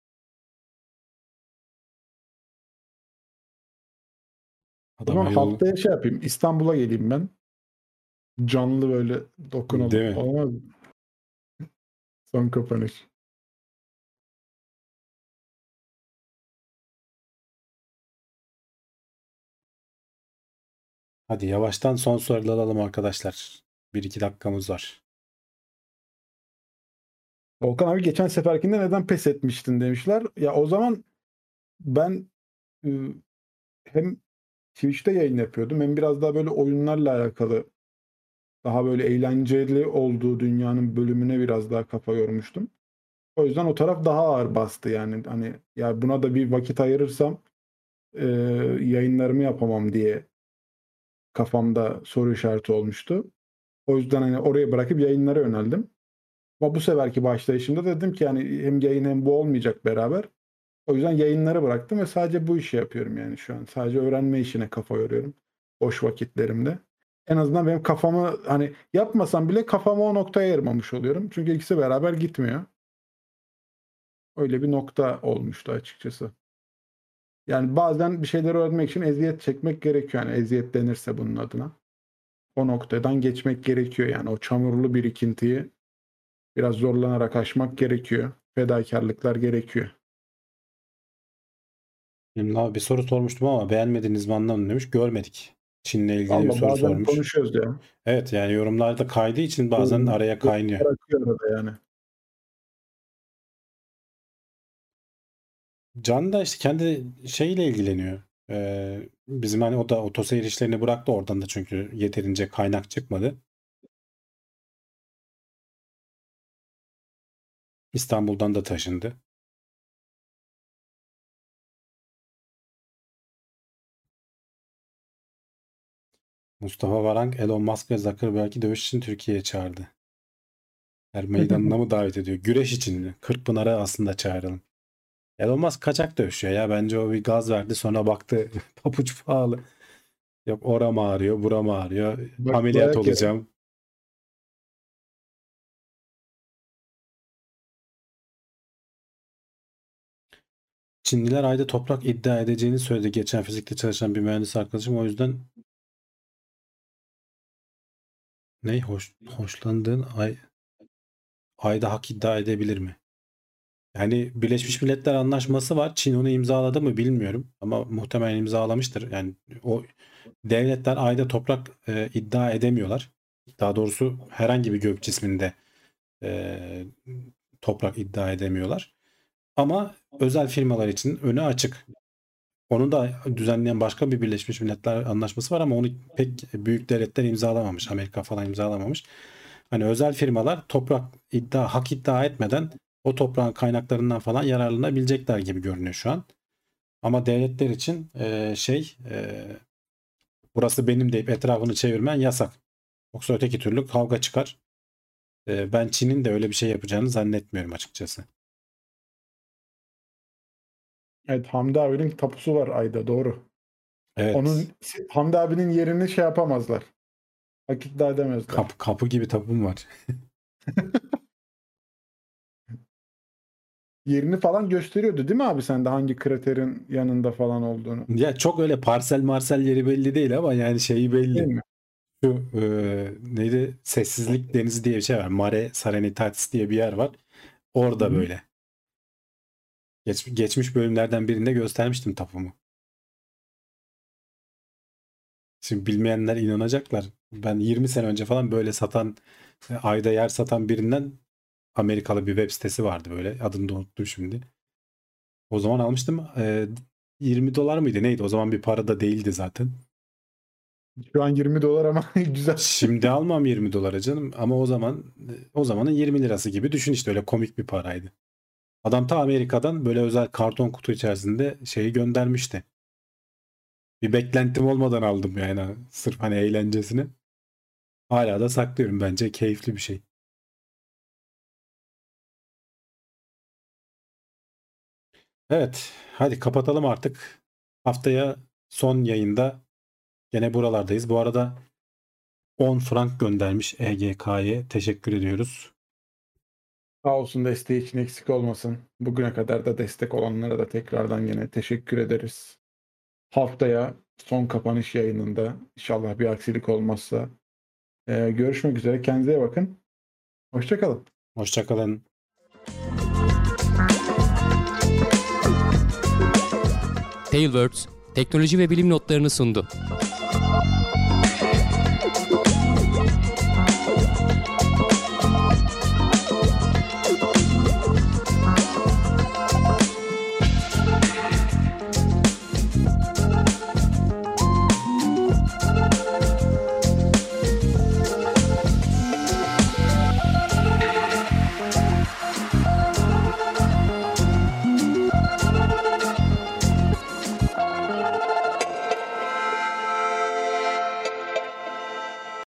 O Adam zaman hayırlı, haftaya şey yapayım. İstanbul'a geleyim ben. Canlı böyle dokunalım. değil mi? Olmaz mı? Son kapanış. Hadi yavaştan son soruları alalım arkadaşlar. 1-2 dakikamız var. Volkan abi, geçen seferkinde neden pes etmiştin demişler. Ya o zaman ben hem Twitch'te yayın yapıyordum hem biraz daha böyle oyunlarla alakalı, daha böyle eğlenceli olduğu dünyanın bölümüne biraz daha kafa yormuştum. O yüzden o taraf daha ağır bastı yani. Hani ya buna da bir vakit ayırırsam yayınlarımı yapamam diye kafamda soru işareti olmuştu. O yüzden hani oraya bırakıp yayınlara yöneldim. Ama bu seferki başlayışımda dedim ki yani hem yayın hem bu olmayacak beraber. O yüzden yayınları bıraktım ve sadece bu işi yapıyorum yani şu an. Sadece öğrenme işine kafa yoruyorum boş vakitlerimde. En azından benim kafamı, hani yapmasam bile kafamı o noktaya ayırmamış oluyorum. Çünkü ikisi beraber gitmiyor. Öyle bir nokta olmuştu açıkçası. Yani bazen bir şeyleri öğrenmek için eziyet çekmek gerekiyor. Yani eziyet denirse bunun adına. O noktadan geçmek gerekiyor yani. O çamurlu birikintiyi biraz zorlanarak aşmak gerekiyor. Fedakarlıklar gerekiyor. Şimdi abi bir soru sormuştum ama beğenmediniz mi anlamadım demiş. Görmedik. Çin'le ilgili bir Valla soru bazen sormuş. konuşuyoruz ya. Evet, yani yorumlarda kaydığı için bazen araya kaynıyor. Bırakıyor arada yani. Can da işte kendi şeyle ilgileniyor. Bizim hani o da otoseyir işlerini bıraktı oradan da, çünkü yeterince kaynak çıkmadı. İstanbul'dan da taşındı. Mustafa Varank, Elon Musk ve Zuckerberg'i dövüş için Türkiye'ye çağırdı. Her meydanına mı davet ediyor? Güreş için mi? Kırkpınar'a aslında çağıralım. Elon Musk kaçak dövüşüyor ya. Bence o bir gaz verdi, sonra baktı papuç pahalı. Yok oram ağrıyor, buram ağrıyor. Bak Ameliyat dayak yer. olacağım. Çinliler ayda toprak iddia edeceğini söyledi. Geçen fizikte çalışan bir mühendis arkadaşım. O yüzden hoşlandığın ayda hak iddia edebilir mi? Yani Birleşmiş Milletler Anlaşması var. Çin onu imzaladı mı bilmiyorum. Ama muhtemelen imzalamıştır. Yani o devletler ayda toprak iddia edemiyorlar. daha doğrusu herhangi bir gök cisminde e, toprak iddia edemiyorlar. Ama özel firmalar için önü açık. Onu da düzenleyen başka bir Birleşmiş Milletler Anlaşması var ama onu pek büyük devletler imzalamamış. Amerika falan imzalamamış. Hani özel firmalar hak iddia etmeden o toprağın kaynaklarından falan yararlanabilecekler gibi görünüyor şu an. Ama devletler için burası benim deyip etrafını çevirmen yasak. Yoksa öteki türlü kavga çıkar. Ben Çin'in de öyle bir şey yapacağını zannetmiyorum açıkçası. Evet, Hamdi abinin tapusu var Ay'da, doğru. Evet. Onun Hamdi abinin yerini şey yapamazlar. Hak iddia edemezler. Kapı gibi tapum var. Yerini falan gösteriyordu değil mi abi, sen de hangi kraterin yanında falan olduğunu? Ya çok öyle parsel yeri belli değil ama yani şeyi Değil belli. mi? Şu neydi? Sessizlik Denizi diye bir şey var. Mare Serenitatis diye bir yer var. Orada Hı-hı. böyle. Geçmiş bölümlerden birinde göstermiştim tapumu. Şimdi bilmeyenler inanacaklar. Ben 20 sene önce falan böyle ayda yer satan birinden, Amerikalı bir web sitesi vardı böyle. Adını da unuttum şimdi. O zaman almıştım. $20 mıydı neydi? O zaman bir para da değildi zaten. Şu an 20 dolar ama güzel. Şimdi almam $20 canım ama o zamanın 20 lirası gibi düşün, işte öyle komik bir paraydı. Adam ta Amerika'dan böyle özel karton kutu içerisinde şeyi göndermişti. Bir beklentim olmadan aldım yani, sırf hani eğlencesini. Hala da saklıyorum, bence keyifli bir şey. Evet, hadi kapatalım artık. Haftaya son yayında gene buralardayız. Bu arada 10 frank göndermiş EGK'ye. Teşekkür ediyoruz. Sağ olsun, desteği için eksik olmasın. Bugüne kadar da destek olanlara da tekrardan yine teşekkür ederiz. Haftaya son kapanış yayınında inşallah bir aksilik olmazsa görüşmek üzere. Kendinize iyi bakın. Hoşça kalın. Hoşçakalın. Tailwords, teknoloji ve bilim notlarını sundu.